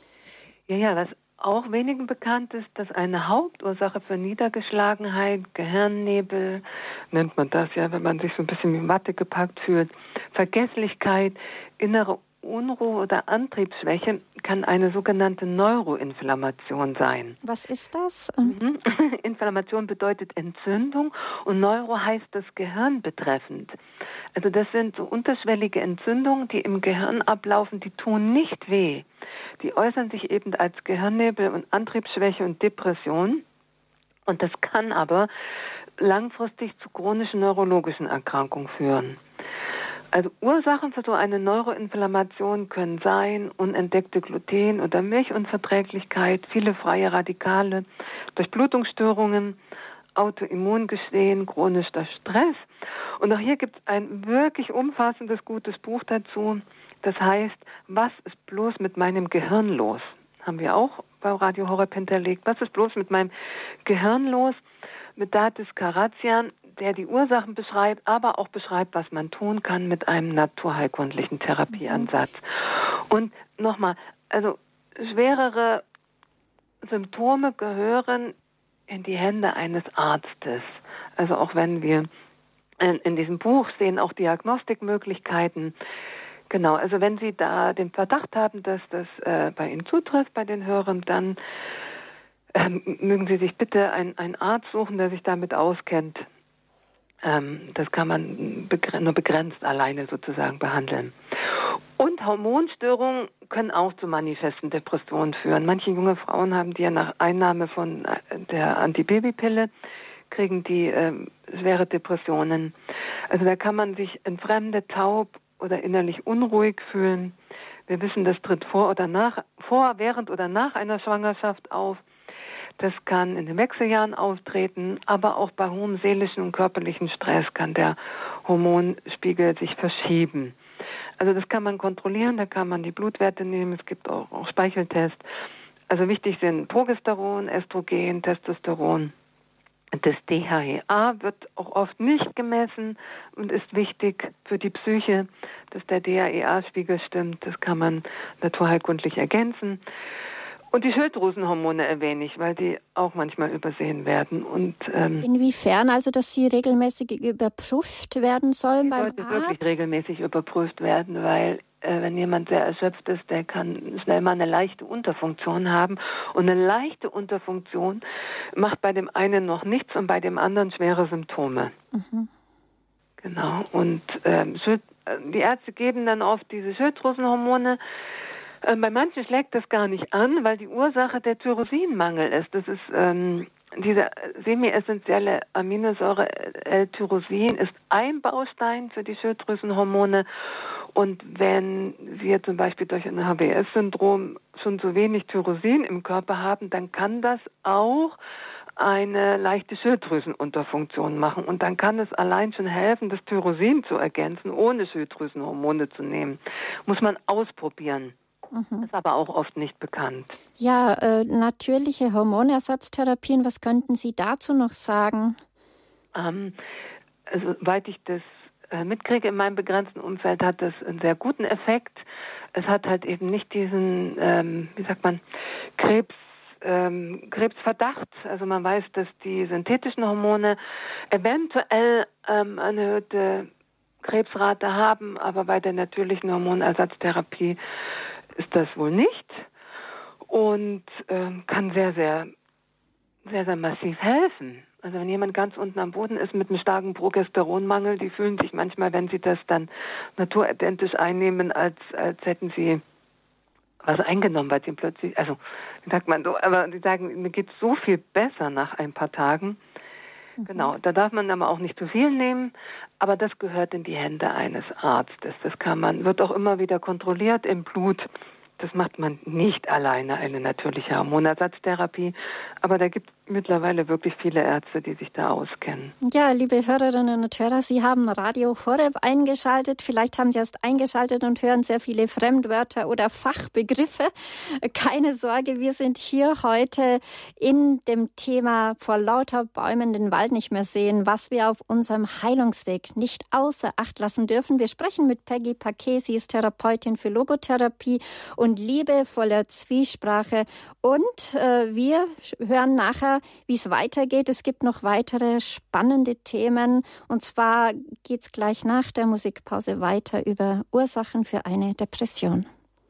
Ja, was auch wenigen bekannt ist, dass eine Hauptursache für Niedergeschlagenheit, Gehirnnebel, nennt man das ja, wenn man sich so ein bisschen wie Watte gepackt fühlt, Vergesslichkeit, innere Unruhe oder Antriebsschwäche kann eine sogenannte Neuroinflammation sein.
Was ist das?
Inflammation bedeutet Entzündung und Neuro heißt das Gehirn betreffend. Also das sind so unterschwellige Entzündungen, die im Gehirn ablaufen, die tun nicht weh. Die äußern sich eben als Gehirnnebel und Antriebsschwäche und Depression. Und das kann aber langfristig zu chronischen neurologischen Erkrankungen führen. Also Ursachen für so eine Neuroinflammation können sein unentdeckte Gluten- oder Milchunverträglichkeit, viele freie Radikale, Durchblutungsstörungen, Autoimmungeschehen, chronischer Stress. Und auch hier gibt es ein wirklich umfassendes, gutes Buch dazu. Das heißt, was ist bloß mit meinem Gehirn los? Haben wir auch bei Radio Horeb hinterlegt. Was ist bloß mit meinem Gehirn los? Mit Datis Karadzian, der die Ursachen beschreibt, aber auch beschreibt, was man tun kann mit einem naturheilkundlichen Therapieansatz. Und nochmal, also schwerere Symptome gehören in die Hände eines Arztes. Also auch wenn wir in diesem Buch sehen auch Diagnostikmöglichkeiten. Genau, also wenn Sie da den Verdacht haben, dass das bei Ihnen zutrifft, bei den Hörern, dann mögen Sie sich bitte einen Arzt suchen, der sich damit auskennt. Das kann man nur begrenzt alleine sozusagen behandeln. Und Hormonstörungen können auch zu manifesten Depressionen führen. Manche junge Frauen haben die ja nach Einnahme von der Antibabypille, kriegen die schwere Depressionen. Also da kann man sich entfremdet, taub oder innerlich unruhig fühlen. Wir wissen, das tritt vor, während oder nach einer Schwangerschaft auf. Das kann in den Wechseljahren auftreten, aber auch bei hohem seelischen und körperlichen Stress kann der Hormonspiegel sich verschieben. Also das kann man kontrollieren, da kann man die Blutwerte nehmen, es gibt auch Speicheltests. Also wichtig sind Progesteron, Östrogen, Testosteron. Das DHEA wird auch oft nicht gemessen und ist wichtig für die Psyche, dass der DHEA-Spiegel stimmt. Das kann man naturheilkundlich ergänzen. Und die Schilddrüsenhormone erwähne ich, weil die auch manchmal übersehen werden. Und
inwiefern also, dass sie regelmäßig überprüft werden sollen beim Arzt?
Sollte wirklich regelmäßig überprüft werden, weil wenn jemand sehr erschöpft ist, der kann schnell mal eine leichte Unterfunktion haben. Und eine leichte Unterfunktion macht bei dem einen noch nichts und bei dem anderen schwere Symptome. Mhm. Genau. Und die Ärzte geben dann oft diese Schilddrüsenhormone. Bei manchen schlägt das gar nicht an, weil die Ursache der Tyrosinmangel ist. Das ist diese semi-essentielle Aminosäure L-Tyrosin ist ein Baustein für die Schilddrüsenhormone. Und wenn wir zum Beispiel durch ein HBS-Syndrom schon zu wenig Tyrosin im Körper haben, dann kann das auch eine leichte Schilddrüsenunterfunktion machen. Und dann kann es allein schon helfen, das Tyrosin zu ergänzen, ohne Schilddrüsenhormone zu nehmen. Muss man ausprobieren. Ist aber auch oft nicht bekannt.
Ja, natürliche Hormonersatztherapien, was könnten Sie dazu noch sagen?
Also, soweit ich das mitkriege in meinem begrenzten Umfeld, hat das einen sehr guten Effekt. Es hat halt eben nicht diesen, Krebsverdacht. Also man weiß, dass die synthetischen Hormone eventuell eine erhöhte Krebsrate haben, aber bei der natürlichen Hormonersatztherapie ist das wohl nicht und kann sehr, sehr, sehr, sehr massiv helfen. Also wenn jemand ganz unten am Boden ist mit einem starken Progesteronmangel, die fühlen sich manchmal, wenn sie das dann naturidentisch einnehmen, als hätten sie was eingenommen, weil sie plötzlich, also wie sagt man so, aber sie sagen, mir geht's so viel besser nach ein paar Tagen. Genau, da darf man aber auch nicht zu viel nehmen, aber das gehört in die Hände eines Arztes. Das wird auch immer wieder kontrolliert im Blut. Das macht man nicht alleine, eine natürliche Hormonersatztherapie. Aber da gibt es mittlerweile wirklich viele Ärzte, die sich da auskennen.
Ja, liebe Hörerinnen und Hörer, Sie haben Radio Horeb eingeschaltet. Vielleicht haben Sie erst eingeschaltet und hören sehr viele Fremdwörter oder Fachbegriffe. Keine Sorge, wir sind hier heute in dem Thema vor lauter Bäumen den Wald nicht mehr sehen, was wir auf unserem Heilungsweg nicht außer Acht lassen dürfen. Wir sprechen mit Peggy Paquet. Sie ist Therapeutin für Logotherapie und liebevoller Zwiesprache. Und wir hören nachher, wie es weitergeht. Es gibt noch weitere spannende Themen. Und zwar geht es gleich nach der Musikpause weiter über Ursachen für eine Depression.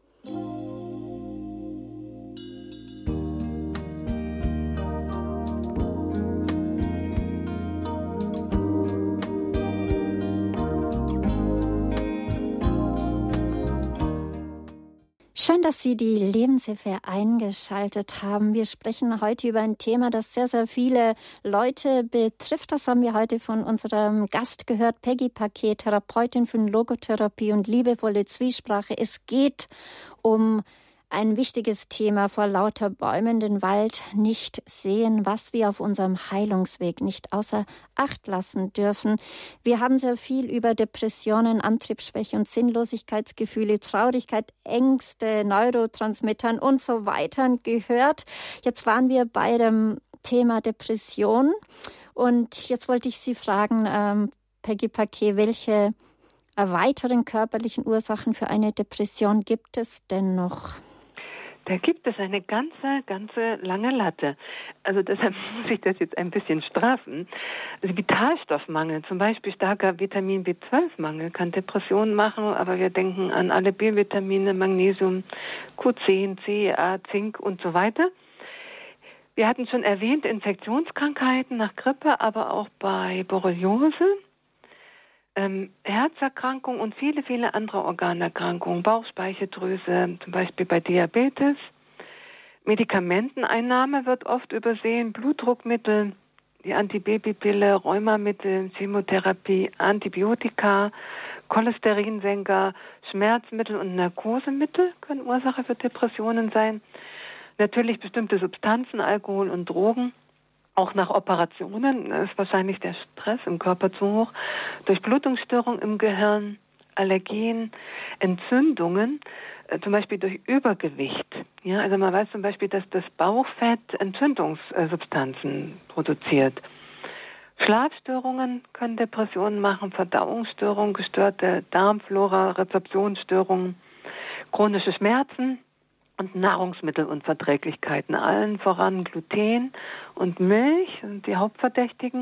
Schön, dass Sie die Lebenshilfe eingeschaltet haben. Wir sprechen heute über ein Thema, das sehr, sehr viele Leute betrifft. Das haben wir heute von unserem Gast gehört, Peggy Paquet, Therapeutin für Logotherapie und liebevolle Zwiesprache. Es geht um ein wichtiges Thema, vor lauter Bäumen den Wald nicht sehen, was wir auf unserem Heilungsweg nicht außer Acht lassen dürfen. Wir haben sehr viel über Depressionen, Antriebsschwäche und Sinnlosigkeitsgefühle, Traurigkeit, Ängste, Neurotransmittern und so weiter gehört. Jetzt waren wir bei dem Thema Depression und jetzt wollte ich Sie fragen, Peggy Paquet, welche weiteren körperlichen Ursachen für eine Depression gibt es denn noch?
Da gibt es eine ganze lange Latte. Also deshalb muss ich das jetzt ein bisschen straffen. Also Vitalstoffmangel, zum Beispiel starker Vitamin B12-Mangel kann Depressionen machen, aber wir denken an alle B-Vitamine, Magnesium, Q10, CA, Zink und so weiter. Wir hatten schon erwähnt, Infektionskrankheiten nach Grippe, aber auch bei Borreliose, Herzerkrankungen und viele, viele andere Organerkrankungen, Bauchspeicheldrüse, zum Beispiel bei Diabetes. Medikamenteneinnahme wird oft übersehen, Blutdruckmittel, die Antibabypille, Rheumamittel, Chemotherapie, Antibiotika, Cholesterinsenker, Schmerzmittel und Narkosemittel können Ursache für Depressionen sein. Natürlich bestimmte Substanzen, Alkohol und Drogen. Auch nach Operationen ist wahrscheinlich der Stress im Körper zu hoch. Durchblutungsstörungen im Gehirn, Allergien, Entzündungen, zum Beispiel durch Übergewicht. Ja, also man weiß zum Beispiel, dass das Bauchfett Entzündungssubstanzen produziert. Schlafstörungen können Depressionen machen, Verdauungsstörungen, gestörte Darmflora, Rezeptionsstörungen, chronische Schmerzen und Nahrungsmittelunverträglichkeiten, allen voran Gluten und Milch sind die Hauptverdächtigen.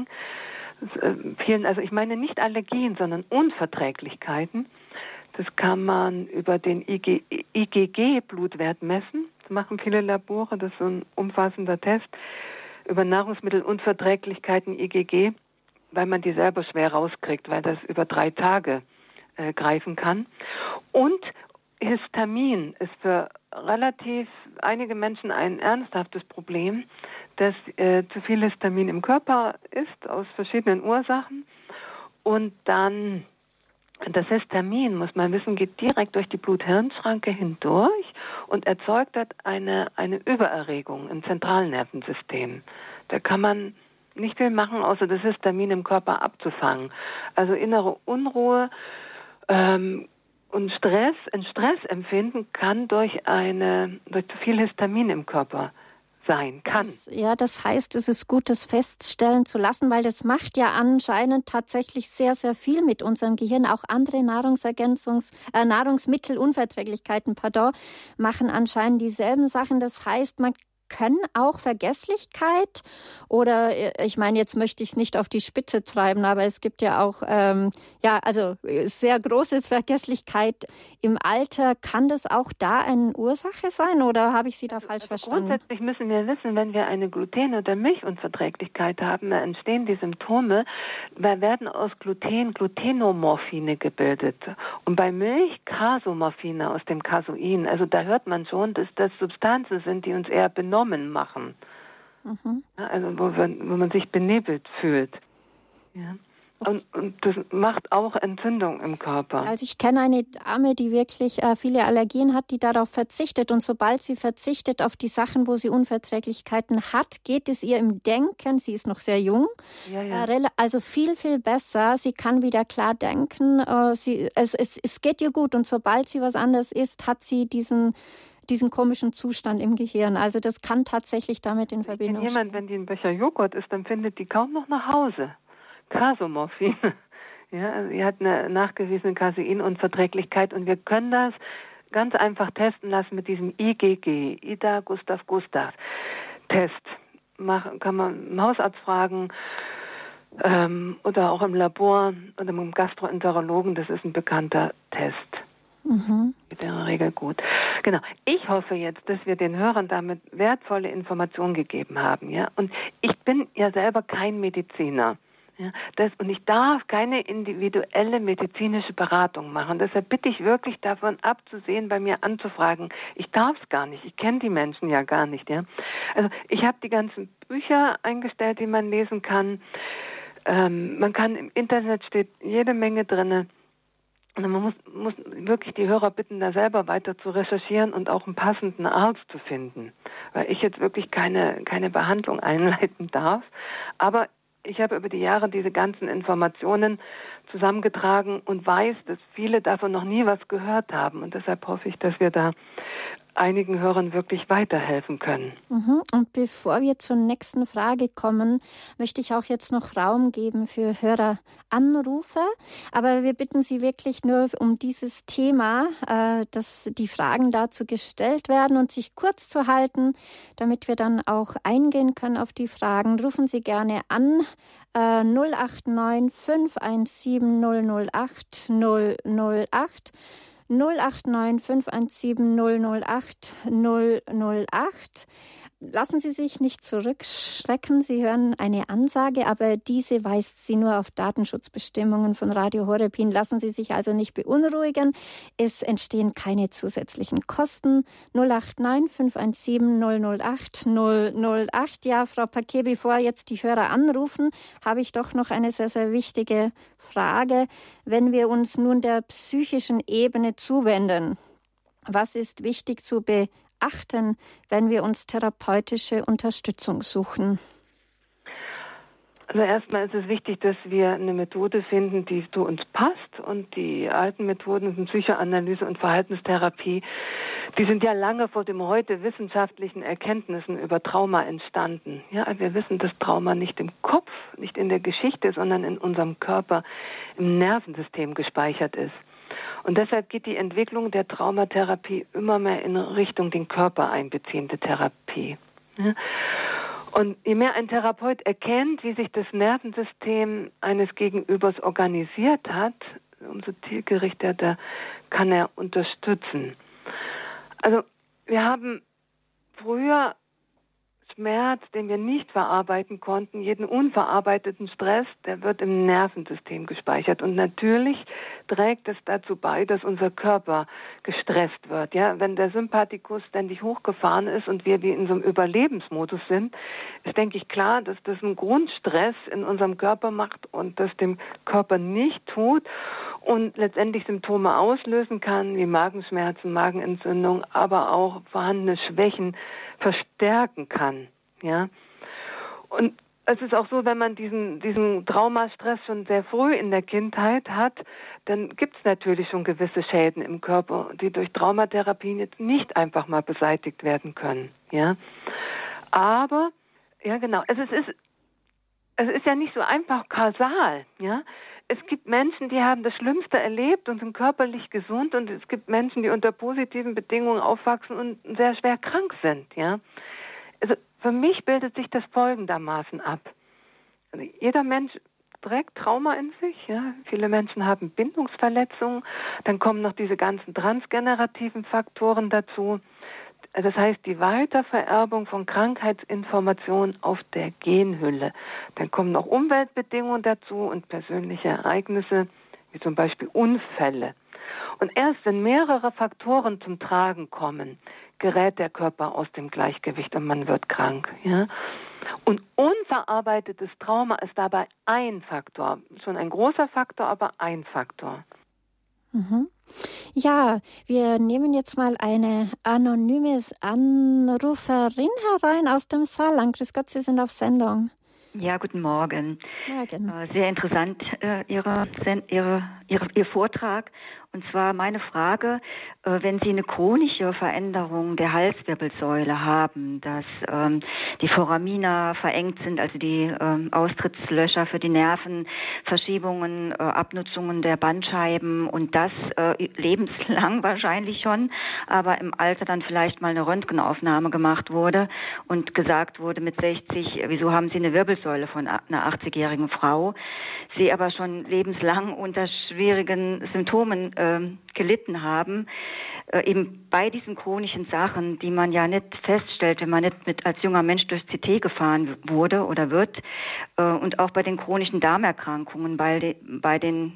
Also ich meine nicht Allergien, sondern Unverträglichkeiten. Das kann man über den IgG-Blutwert messen. Das machen viele Labore, das ist so ein umfassender Test über Nahrungsmittelunverträglichkeiten IgG, weil man die selber schwer rauskriegt, weil das über 3 Tage greifen kann. Und Histamin ist für einige Menschen ein ernsthaftes Problem, dass zu viel Histamin im Körper ist, aus verschiedenen Ursachen. Und dann das Histamin, muss man wissen, geht direkt durch die Blut-Hirn-Schranke hindurch und erzeugt dort eine Übererregung im Zentralnervensystem. Da kann man nicht viel machen, außer das Histamin im Körper abzufangen. Also innere Unruhe und Stress, ein Stressempfinden kann durch zu viel Histamin im Körper sein kann.
Das heißt, es ist gut, das feststellen zu lassen, weil das macht ja anscheinend tatsächlich sehr, sehr viel mit unserem Gehirn. Auch andere Nahrungsmittelunverträglichkeiten, machen anscheinend dieselben Sachen. Das heißt, man kann auch Vergesslichkeit oder ich meine, jetzt möchte ich es nicht auf die Spitze treiben, aber es gibt ja auch sehr große Vergesslichkeit im Alter. Kann das auch da eine Ursache sein oder habe ich Sie da falsch verstanden?
Grundsätzlich müssen wir wissen, wenn wir eine Gluten- oder Milchunverträglichkeit haben, dann entstehen die Symptome, da werden aus Gluten Glutenomorphine gebildet und bei Milch Casomorphine aus dem Casein. Also da hört man schon, dass das Substanzen sind, die uns eher benommen machen. Mhm. Ja, also wo man sich benebelt fühlt. Ja. Und das macht auch Entzündung im Körper.
Also ich kenne eine Dame, die wirklich viele Allergien hat, die darauf verzichtet. Und sobald sie verzichtet auf die Sachen, wo sie Unverträglichkeiten hat, geht es ihr im Denken, sie ist noch sehr jung, also viel, viel besser. Sie kann wieder klar denken. Es geht ihr gut. Und sobald sie was anderes isst, hat sie diesen komischen Zustand im Gehirn. Also das kann tatsächlich damit in Verbindung stehen.
Wenn die einen Becher Joghurt isst, dann findet die kaum noch nach Hause. Casomorphine. Ja, also sie hat eine nachgewiesene Caseinunverträglichkeit und wir können das ganz einfach testen lassen mit diesem IgG, Ida Gustav Gustav Test. Kann man einen Hausarzt fragen oder auch im Labor oder mit einem Gastroenterologen, das ist ein bekannter Test. Mhm. Geht in der Regel gut. Genau. Ich hoffe jetzt, dass wir den Hörern damit wertvolle Informationen gegeben haben. Ja? Und ich bin ja selber kein Mediziner. Ja, und ich darf keine individuelle medizinische Beratung machen. Deshalb bitte ich wirklich davon abzusehen, bei mir anzufragen. Ich darf es gar nicht. Ich kenne die Menschen ja gar nicht. Ja? Also ich habe die ganzen Bücher eingestellt, die man lesen kann. Man kann im Internet steht jede Menge drin. Und man muss wirklich die Hörer bitten, da selber weiter zu recherchieren und auch einen passenden Arzt zu finden. Weil ich jetzt wirklich keine Behandlung einleiten darf. Aber ich habe über die Jahre diese ganzen Informationen zusammengetragen und weiß, dass viele davon noch nie was gehört haben. Und deshalb hoffe ich, dass wir da einigen Hörern wirklich weiterhelfen können.
Und bevor wir zur nächsten Frage kommen, möchte ich auch jetzt noch Raum geben für Höreranrufe. Aber wir bitten Sie wirklich nur um dieses Thema, dass die Fragen dazu gestellt werden und sich kurz zu halten, damit wir dann auch eingehen können auf die Fragen. Rufen Sie gerne an 089 517 008 008. 089 517 008 008. lassen Sie sich nicht zurückschrecken. Sie hören eine Ansage, aber diese weist Sie nur auf Datenschutzbestimmungen von Radio Horeb hin. Lassen Sie sich also nicht beunruhigen. Es entstehen keine zusätzlichen Kosten. 089 517 008 008. Ja, Frau Paquet, bevor jetzt die Hörer anrufen, habe ich doch noch eine sehr, sehr wichtige Frage. Wenn wir uns nun der psychischen Ebene zuwenden, was ist wichtig zu beachten, wenn wir uns therapeutische Unterstützung suchen?
Also erstmal ist es wichtig, dass wir eine Methode finden, die zu uns passt. Und die alten Methoden sind Psychoanalyse und Verhaltenstherapie. Die sind ja lange vor dem heute wissenschaftlichen Erkenntnissen über Trauma entstanden. Ja, wir wissen, dass Trauma nicht im Kopf, nicht in der Geschichte, sondern in unserem Körper, im Nervensystem gespeichert ist. Und deshalb geht die Entwicklung der Traumatherapie immer mehr in Richtung den Körper einbeziehende Therapie. Ja. Und je mehr ein Therapeut erkennt, wie sich das Nervensystem eines Gegenübers organisiert hat, umso zielgerichteter kann er unterstützen. Also wir haben früher Schmerz, den wir nicht verarbeiten konnten, jeden unverarbeiteten Stress, der wird im Nervensystem gespeichert. Und natürlich trägt es dazu bei, dass unser Körper gestresst wird. Ja, wenn der Sympathikus ständig hochgefahren ist und wir wie in so einem Überlebensmodus sind, ist, denke ich, klar, dass das einen Grundstress in unserem Körper macht und das dem Körper nicht tut und letztendlich Symptome auslösen kann, wie Magenschmerzen, Magenentzündung, aber auch vorhandene Schwächen verstärken kann. Ja? Und es ist auch so, wenn man diesen Traumastress schon sehr früh in der Kindheit hat, dann gibt es natürlich schon gewisse Schäden im Körper, die durch Traumatherapien jetzt nicht einfach mal beseitigt werden können. Ja? Aber, ja genau, es ist ja nicht so einfach kausal. Ja? Es gibt Menschen, die haben das Schlimmste erlebt und sind körperlich gesund, und es gibt Menschen, die unter positiven Bedingungen aufwachsen und sehr schwer krank sind. Ja? Also für mich bildet sich das folgendermaßen ab. Also jeder Mensch trägt Trauma in sich. Ja? Viele Menschen haben Bindungsverletzungen. Dann kommen noch diese ganzen transgenerativen Faktoren dazu. Das heißt, die Weitervererbung von Krankheitsinformationen auf der Genhülle. Dann kommen noch Umweltbedingungen dazu und persönliche Ereignisse, wie zum Beispiel Unfälle. Und erst wenn mehrere Faktoren zum Tragen kommen, gerät der Körper aus dem Gleichgewicht und man wird krank. Ja? Und unverarbeitetes Trauma ist dabei ein Faktor. Schon ein großer Faktor, aber ein Faktor.
Mhm. Ja, wir nehmen jetzt mal eine anonyme Anruferin herein aus dem Saarland. Grüß Gott, Sie sind auf Sendung.
Ja, guten Morgen.
Morgen.
Sehr interessant, Ihr Vortrag. Und zwar meine Frage, wenn Sie eine chronische Veränderung der Halswirbelsäule haben, dass die Foramina verengt sind, also die Austrittslöcher für die Nerven, Verschiebungen, Abnutzungen der Bandscheiben und das lebenslang wahrscheinlich schon, aber im Alter dann vielleicht mal eine Röntgenaufnahme gemacht wurde und gesagt wurde mit 60, wieso haben Sie eine Wirbelsäule von einer 80-jährigen Frau, Sie aber schon lebenslang unter schwierigen Symptomen gelitten haben, eben bei diesen chronischen Sachen, die man ja nicht feststellt, wenn man nicht als junger Mensch durch CT gefahren wurde oder wird, und auch bei den chronischen Darmerkrankungen, bei den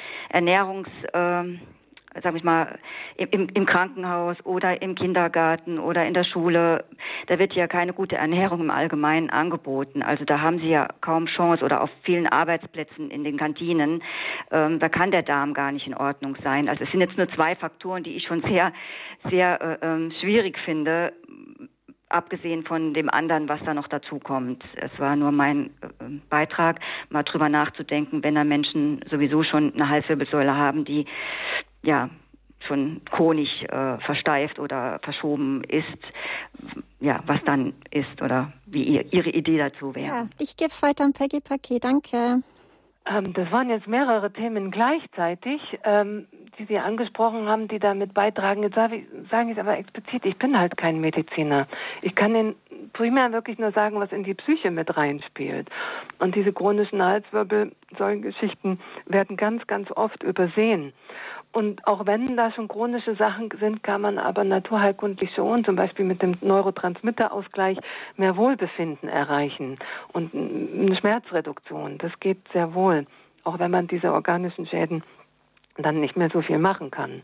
sag ich mal, im Krankenhaus oder im Kindergarten oder in der Schule, da wird ja keine gute Ernährung im Allgemeinen angeboten. Also da haben Sie ja kaum Chance, oder auf vielen Arbeitsplätzen in den Kantinen, da kann der Darm gar nicht in Ordnung sein. Also es sind jetzt nur 2 Faktoren, die ich schon sehr, sehr schwierig finde, abgesehen von dem anderen, was da noch dazu kommt. Es war nur mein Beitrag, mal drüber nachzudenken, wenn da Menschen sowieso schon eine Halswirbelsäule haben, die ja schon chronisch versteift oder verschoben ist, ja, was dann ist oder wie Ihre Idee dazu wäre.
Ja, ich gebe es weiter an Peggy Paquet. Danke.
Das waren jetzt mehrere Themen gleichzeitig. die Sie angesprochen haben, die damit beitragen. Jetzt sage ich es aber explizit, ich bin halt kein Mediziner. Ich kann Ihnen primär wirklich nur sagen, was in die Psyche mit reinspielt. Und diese chronischen Halswirbelsäulengeschichten werden ganz, ganz oft übersehen. Und auch wenn da schon chronische Sachen sind, kann man aber naturheilkundlich schon, zum Beispiel mit dem Neurotransmitterausgleich, mehr Wohlbefinden erreichen und eine Schmerzreduktion. Das geht sehr wohl, auch wenn man diese organischen Schäden dann nicht mehr so viel machen kann.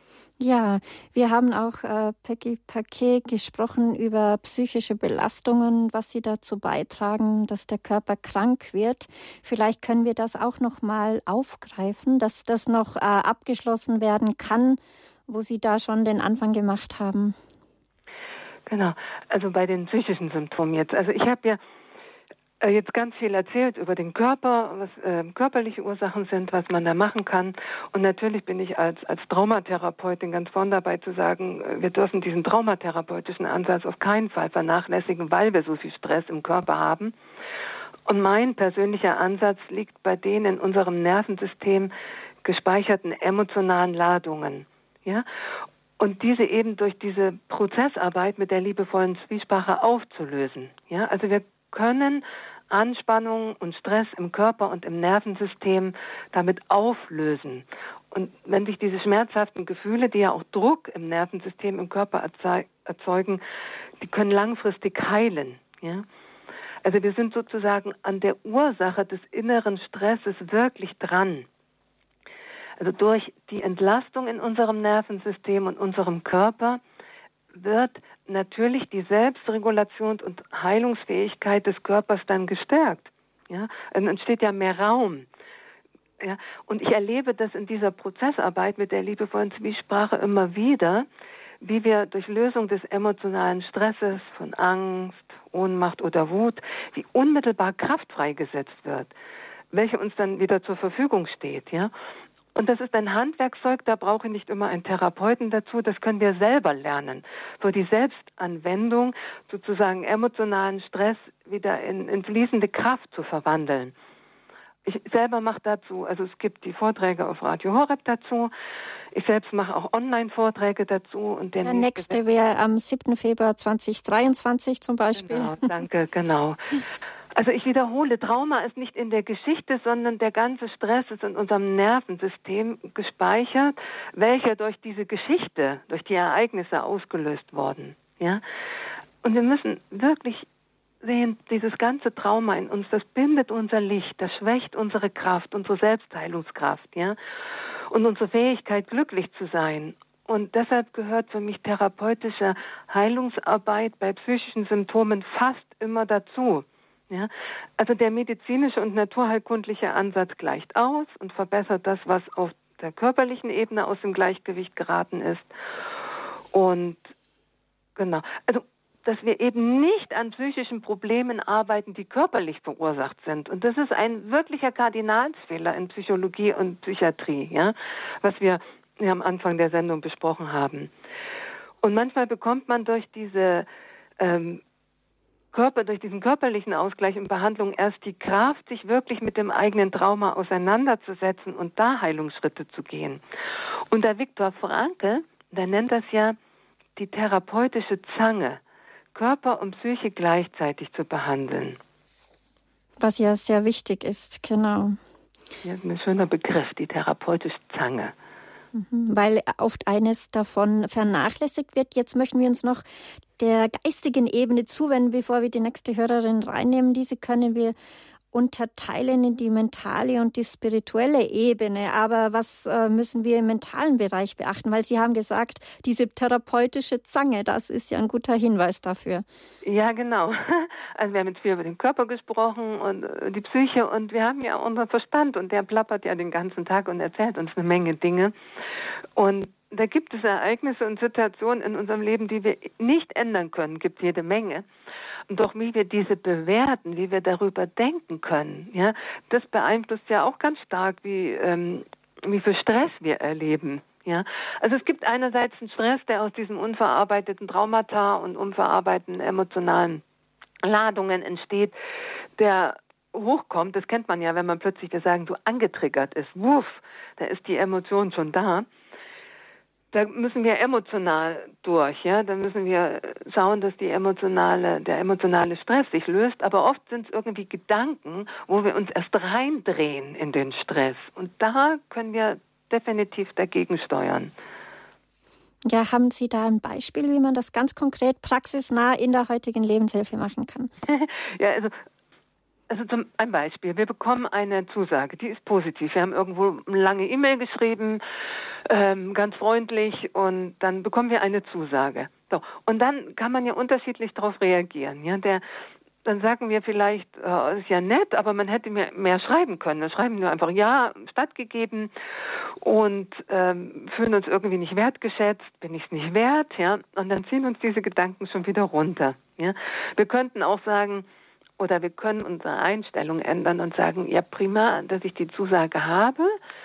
Ja, wir haben auch Peggy Paquet gesprochen über psychische Belastungen, was sie dazu beitragen, dass der Körper krank wird. Vielleicht können wir das auch noch mal aufgreifen, dass das noch abgeschlossen werden kann, wo Sie da schon den Anfang gemacht haben.
Genau, also bei den psychischen Symptomen jetzt. Also ich habe ja jetzt ganz viel erzählt über den Körper, was körperliche Ursachen sind, was man da machen kann. Und natürlich bin ich als Traumatherapeutin ganz vorn dabei zu sagen, wir dürfen diesen traumatherapeutischen Ansatz auf keinen Fall vernachlässigen, weil wir so viel Stress im Körper haben. Und mein persönlicher Ansatz liegt bei den in unserem Nervensystem gespeicherten emotionalen Ladungen. Ja? Und diese eben durch diese Prozessarbeit mit der liebevollen Zwiesprache aufzulösen. Ja? Also wir können Anspannung und Stress im Körper und im Nervensystem damit auflösen. Und wenn sich diese schmerzhaften Gefühle, die ja auch Druck im Nervensystem, im Körper erzeugen, die können langfristig heilen. Ja? Also wir sind sozusagen an der Ursache des inneren Stresses wirklich dran. Also durch die Entlastung in unserem Nervensystem und unserem Körper wird natürlich die Selbstregulation und Heilungsfähigkeit des Körpers dann gestärkt. Ja? Dann entsteht ja mehr Raum. Ja? Und ich erlebe das in dieser Prozessarbeit mit der liebevollen Zwiesprache immer wieder, wie wir durch Lösung des emotionalen Stresses von Angst, Ohnmacht oder Wut, wie unmittelbar Kraft freigesetzt wird, welche uns dann wieder zur Verfügung steht. Ja? Und das ist ein Handwerkszeug, da brauche ich nicht immer einen Therapeuten dazu, das können wir selber lernen. So die Selbstanwendung, sozusagen emotionalen Stress wieder in fließende Kraft zu verwandeln. Ich selber mache dazu, also es gibt die Vorträge auf Radio Horeb dazu, ich selbst mache auch Online-Vorträge dazu. Und
der nächste wäre am 7. Februar 2023 zum Beispiel.
Genau, danke, genau. Also ich wiederhole, Trauma ist nicht in der Geschichte, sondern der ganze Stress ist in unserem Nervensystem gespeichert, welcher durch diese Geschichte, durch die Ereignisse ausgelöst worden. Ja? Und wir müssen wirklich sehen, dieses ganze Trauma in uns, das bindet unser Licht, das schwächt unsere Kraft, unsere Selbstheilungskraft, ja, und unsere Fähigkeit, glücklich zu sein. Und deshalb gehört für mich therapeutische Heilungsarbeit bei psychischen Symptomen fast immer dazu. Ja, also der medizinische und naturheilkundliche Ansatz gleicht aus und verbessert das, was auf der körperlichen Ebene aus dem Gleichgewicht geraten ist. Und genau, also dass wir eben nicht an psychischen Problemen arbeiten, die körperlich verursacht sind. Und das ist ein wirklicher Kardinalsfehler in Psychologie und Psychiatrie, ja, was wir am Anfang der Sendung besprochen haben. Und manchmal bekommt man durch diese durch diesen körperlichen Ausgleich und Behandlung erst die Kraft, sich wirklich mit dem eigenen Trauma auseinanderzusetzen und da Heilungsschritte zu gehen. Und der Viktor Frankl, der nennt das ja die therapeutische Zange, Körper und Psyche gleichzeitig zu behandeln.
Was ja sehr wichtig ist, genau.
Ja, ein schöner Begriff, die therapeutische Zange.
Weil oft eines davon vernachlässigt wird. Jetzt möchten wir uns noch der geistigen Ebene zuwenden, bevor wir die nächste Hörerin reinnehmen. Diese können wir unterteilen in die mentale und die spirituelle Ebene. Aber was müssen wir im mentalen Bereich beachten? Weil Sie haben gesagt, diese therapeutische Zange, das ist ja ein guter Hinweis dafür.
Ja, genau. Also wir haben jetzt viel über den Körper gesprochen und die Psyche und wir haben ja unseren Verstand und der plappert ja den ganzen Tag und erzählt uns eine Menge Dinge. Und da gibt es Ereignisse und Situationen in unserem Leben, die wir nicht ändern können, gibt jede Menge. Und doch wie wir diese bewerten, wie wir darüber denken können, ja, das beeinflusst ja auch ganz stark, wie viel Stress wir erleben. Ja, also es gibt einerseits einen Stress, der aus diesen unverarbeiteten Traumata und unverarbeiteten emotionalen Ladungen entsteht, der hochkommt, das kennt man ja, wenn man plötzlich, wir sagen, so angetriggert ist, wuff, da ist die Emotion schon da. Da müssen wir emotional durch, ja. Da müssen wir schauen, dass der emotionale Stress sich löst. Aber oft sind es irgendwie Gedanken, wo wir uns erst reindrehen in den Stress. Und da können wir definitiv dagegen steuern.
Ja, haben Sie da ein Beispiel, wie man das ganz konkret praxisnah in der heutigen Lebenshilfe machen kann?
Ja, also ein Beispiel. Wir bekommen eine Zusage, die ist positiv. Wir haben irgendwo eine lange E-Mail geschrieben, ganz freundlich, und dann bekommen wir eine Zusage. So, und dann kann man ja unterschiedlich darauf reagieren. Ja, dann sagen wir vielleicht, ist ja nett, aber man hätte mir mehr schreiben können. Wir schreiben nur einfach ja, stattgegeben und fühlen uns irgendwie nicht wertgeschätzt, bin ich es nicht wert, ja, und dann ziehen uns diese Gedanken schon wieder runter. Ja, wir könnten auch sagen, oder wir können unsere Einstellung ändern und sagen, ja prima, dass ich die Zusage habe,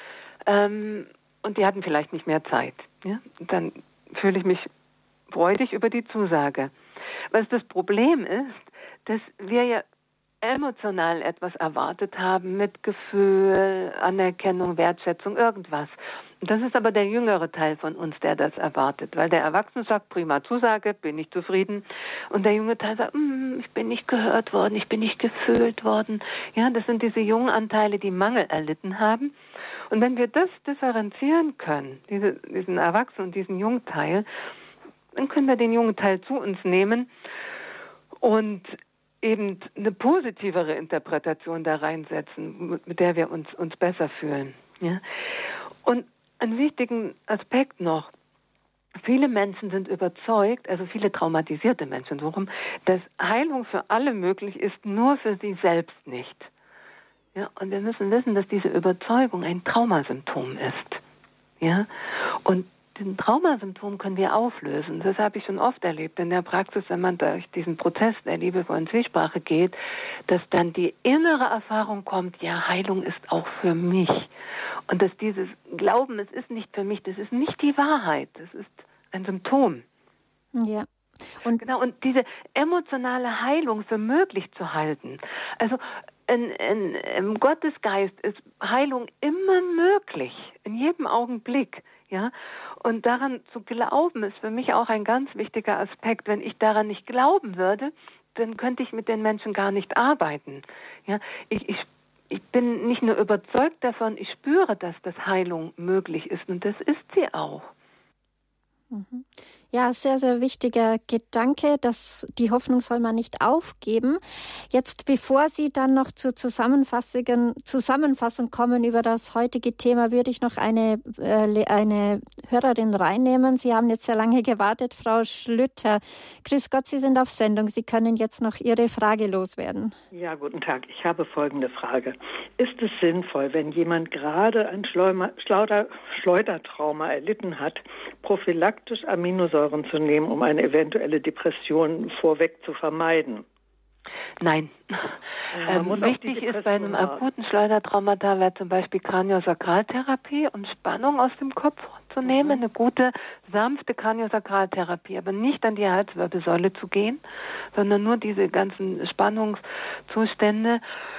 und die hatten vielleicht nicht mehr Zeit. Ja? Und dann fühle ich mich freudig über die Zusage. Was das Problem ist, dass wir ja emotional etwas erwartet haben, mit Gefühl, Anerkennung, Wertschätzung, irgendwas. Und das ist aber der jüngere Teil von uns, der das erwartet. Weil der Erwachsene sagt, prima Zusage, bin ich zufrieden. Und der junge Teil sagt, ich bin nicht gehört worden, ich bin nicht gefühlt worden. Ja, das sind diese jungen Anteile, die Mangel erlitten haben. Und wenn wir das differenzieren können, diesen Erwachsenen und diesen jungen Teil, dann können wir den jungen Teil zu uns nehmen und eben eine positivere Interpretation da reinsetzen, mit der wir uns besser fühlen. Ja? Und einen wichtigen Aspekt noch: Viele Menschen sind überzeugt, also viele traumatisierte Menschen, dass Heilung für alle möglich ist, nur für sie selbst nicht. Ja? Und wir müssen wissen, dass diese Überzeugung ein Traumasymptom ist. Ja? Und den Traumasymptom können wir auflösen. Das habe ich schon oft erlebt in der Praxis, wenn man durch diesen Prozess der liebevollen Zwiesprache geht, dass dann die innere Erfahrung kommt, ja, Heilung ist auch für mich. Und dass dieses Glauben, es ist nicht für mich, das ist nicht die Wahrheit, das ist ein Symptom.
Ja.
Und diese emotionale Heilung für möglich zu halten. Also im Gottesgeist ist Heilung immer möglich, in jedem Augenblick. Ja? Und daran zu glauben, ist für mich auch ein ganz wichtiger Aspekt. Wenn ich daran nicht glauben würde, dann könnte ich mit den Menschen gar nicht arbeiten. Ja? Ich bin nicht nur überzeugt davon, ich spüre, dass das Heilung möglich ist. Und das ist sie auch.
Ja, sehr, sehr wichtiger Gedanke, dass die Hoffnung soll man nicht aufgeben. Jetzt, bevor Sie dann noch zur Zusammenfassung kommen über das heutige Thema, würde ich noch eine Hörerin reinnehmen. Sie haben jetzt sehr lange gewartet, Frau Schlüter. Grüß Gott, Sie sind auf Sendung. Sie können jetzt noch Ihre Frage loswerden.
Ja, guten Tag. Ich habe folgende Frage. Ist es sinnvoll, wenn jemand gerade ein Schleudertrauma erlitten hat, prophylaktisch Aminosäuren zu nehmen, um eine eventuelle Depression vorweg zu vermeiden?
Nein. Wichtig ist bei einem akuten Schleudertraumata wäre zum Beispiel Kraniosakraltherapie und Spannung aus dem Kopf zu nehmen, eine gute, sanfte Kraniosakraltherapie, aber nicht an die Halswirbelsäule zu gehen, sondern nur diese ganzen Spannungszustände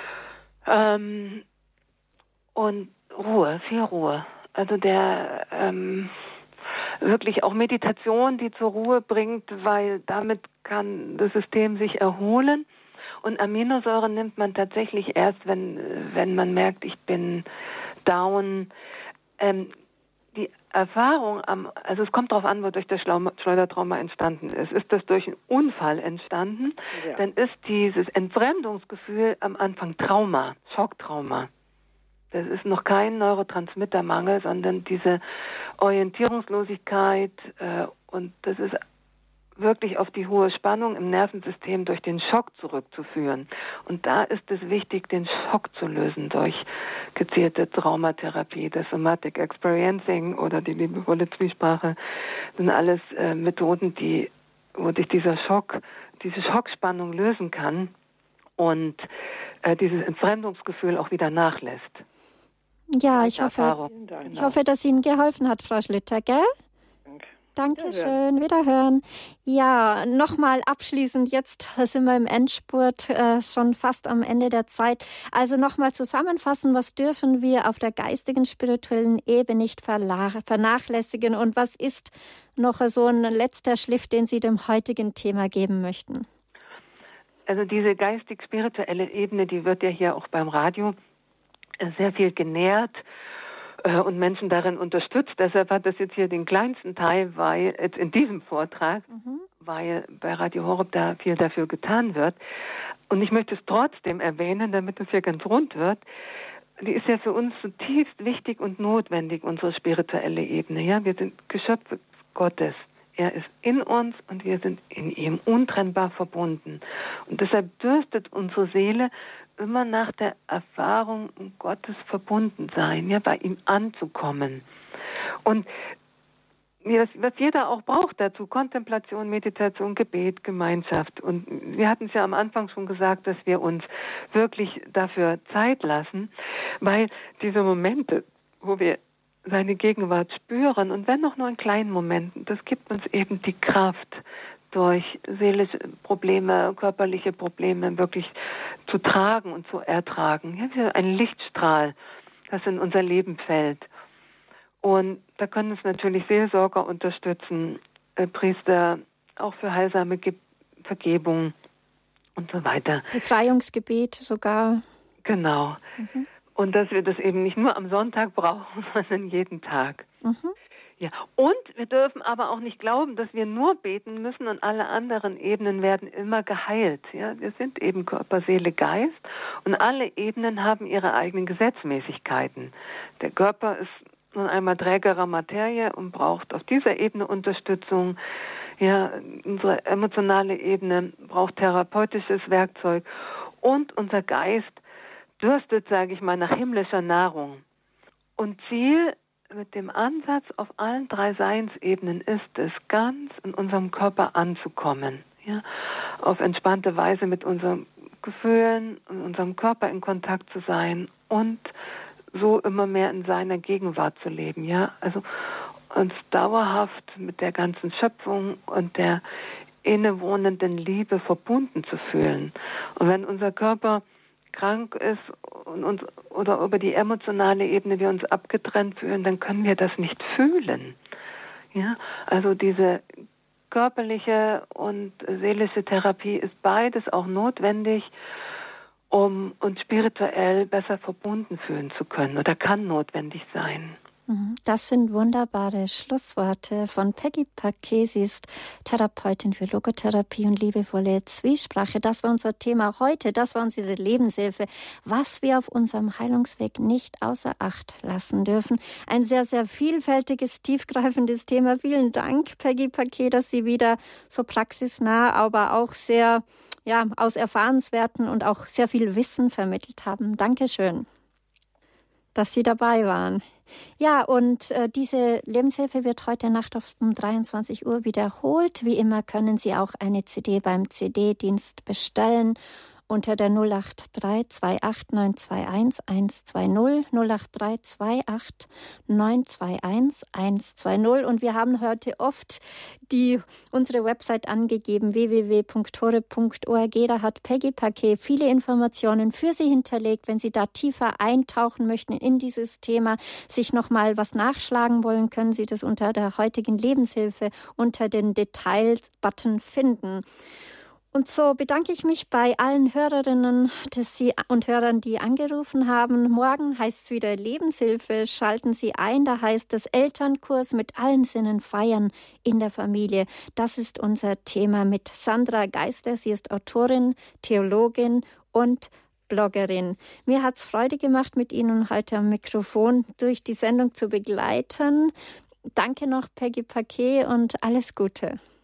und Ruhe, viel Ruhe. Also wirklich auch Meditation, die zur Ruhe bringt, weil damit kann das System sich erholen. Und Aminosäuren nimmt man tatsächlich erst, wenn man merkt, ich bin down. Die Erfahrung also es kommt darauf an, wodurch das Schleudertrauma entstanden ist. Ist das durch einen Unfall entstanden, dann ist dieses Entfremdungsgefühl am Anfang Trauma, Schocktrauma. Das ist noch kein Neurotransmittermangel, sondern diese Orientierungslosigkeit, und das ist wirklich auf die hohe Spannung im Nervensystem durch den Schock zurückzuführen. Und da ist es wichtig, den Schock zu lösen durch gezielte Traumatherapie. Das Somatic Experiencing oder die liebevolle Zwiesprache sind alles Methoden, wo sich diese Schockspannung lösen kann und dieses Entfremdungsgefühl auch wieder nachlässt.
Ja, ich hoffe, dass Ihnen geholfen hat, Frau Schlüter, gell? Dankeschön, wiederhören. Ja, nochmal abschließend, jetzt sind wir im Endspurt, schon fast am Ende der Zeit. Also nochmal zusammenfassen, was dürfen wir auf der geistigen, spirituellen Ebene nicht vernachlässigen und was ist noch so ein letzter Schliff, den Sie dem heutigen Thema geben möchten?
Also diese geistig-spirituelle Ebene, die wird ja hier auch beim Radio sehr viel genährt und Menschen darin unterstützt. Deshalb hat das jetzt hier den kleinsten Teil, weil jetzt in diesem Vortrag, weil bei Radio Horeb da viel dafür getan wird. Und ich möchte es trotzdem erwähnen, damit es ja ganz rund wird. Die ist ja für uns zutiefst wichtig und notwendig, unsere spirituelle Ebene. Ja, wir sind Geschöpfe Gottes. Er ist in uns und wir sind in ihm untrennbar verbunden. Und deshalb dürstet unsere Seele immer nach der Erfahrung Gottes Verbundensein, ja, bei ihm anzukommen. Und was jeder auch braucht dazu, Kontemplation, Meditation, Gebet, Gemeinschaft. Und wir hatten es ja am Anfang schon gesagt, dass wir uns wirklich dafür Zeit lassen, weil diese Momente, wo wir seine Gegenwart spüren und wenn auch nur in kleinen Momenten, das gibt uns eben die Kraft, durch seelische Probleme, körperliche Probleme wirklich zu tragen und zu ertragen. Ja, wie ein Lichtstrahl, das in unser Leben fällt. Und da können uns natürlich Seelsorger unterstützen, Priester, auch für heilsame Vergebung und so weiter.
Befreiungsgebet sogar.
Genau. Und dass wir das eben nicht nur am Sonntag brauchen, sondern jeden Tag. Ja. Und wir dürfen aber auch nicht glauben, dass wir nur beten müssen und alle anderen Ebenen werden immer geheilt. Ja, wir sind eben Körper, Seele, Geist und alle Ebenen haben ihre eigenen Gesetzmäßigkeiten. Der Körper ist nun einmal trägerer Materie und braucht auf dieser Ebene Unterstützung. Ja, unsere emotionale Ebene braucht therapeutisches Werkzeug und unser Geist dürstet, sage ich mal, nach himmlischer Nahrung. Und Ziel mit dem Ansatz auf allen 3 Seinsebenen ist es, ganz in unserem Körper anzukommen. Ja? Auf entspannte Weise mit unseren Gefühlen und unserem Körper in Kontakt zu sein und so immer mehr in seiner Gegenwart zu leben. Ja? Also uns dauerhaft mit der ganzen Schöpfung und der innewohnenden Liebe verbunden zu fühlen. Und wenn unser Körper krank ist oder über die emotionale Ebene wir uns abgetrennt fühlen, dann können wir das nicht fühlen. Ja? Also diese körperliche und seelische Therapie ist beides auch notwendig, um uns spirituell besser verbunden fühlen zu können oder kann notwendig sein.
Das sind wunderbare Schlussworte von Peggy Paquet. Sie ist Therapeutin für Logotherapie und liebevolle Zwiesprache. Das war unser Thema heute. Das war unsere Lebenshilfe, was wir auf unserem Heilungsweg nicht außer Acht lassen dürfen. Ein sehr, sehr vielfältiges, tiefgreifendes Thema. Vielen Dank, Peggy Paquet, dass Sie wieder so praxisnah, aber auch sehr aus Erfahrenswerten und auch sehr viel Wissen vermittelt haben. Dankeschön, dass Sie dabei waren. Ja, und diese Lebenshilfe wird heute Nacht um 23 Uhr wiederholt. Wie immer können Sie auch eine CD beim CD-Dienst bestellen unter der 083 28 921 120 083 28 921 120. Und wir haben heute oft unsere Website angegeben, www.horeb.org. Da hat Peggy Paquet viele Informationen für Sie hinterlegt. Wenn Sie da tiefer eintauchen möchten in dieses Thema, sich nochmal was nachschlagen wollen, können Sie das unter der heutigen Lebenshilfe unter den Details-Button finden. Und so bedanke ich mich bei allen Hörerinnen und Hörern, die angerufen haben. Morgen heißt es wieder Lebenshilfe. Schalten Sie ein. Da heißt es Elternkurs mit allen Sinnen feiern in der Familie. Das ist unser Thema mit Sandra Geisler. Sie ist Autorin, Theologin und Bloggerin. Mir hat es Freude gemacht, mit Ihnen heute am Mikrofon durch die Sendung zu begleiten. Danke noch, Peggy Paquet, und alles Gute.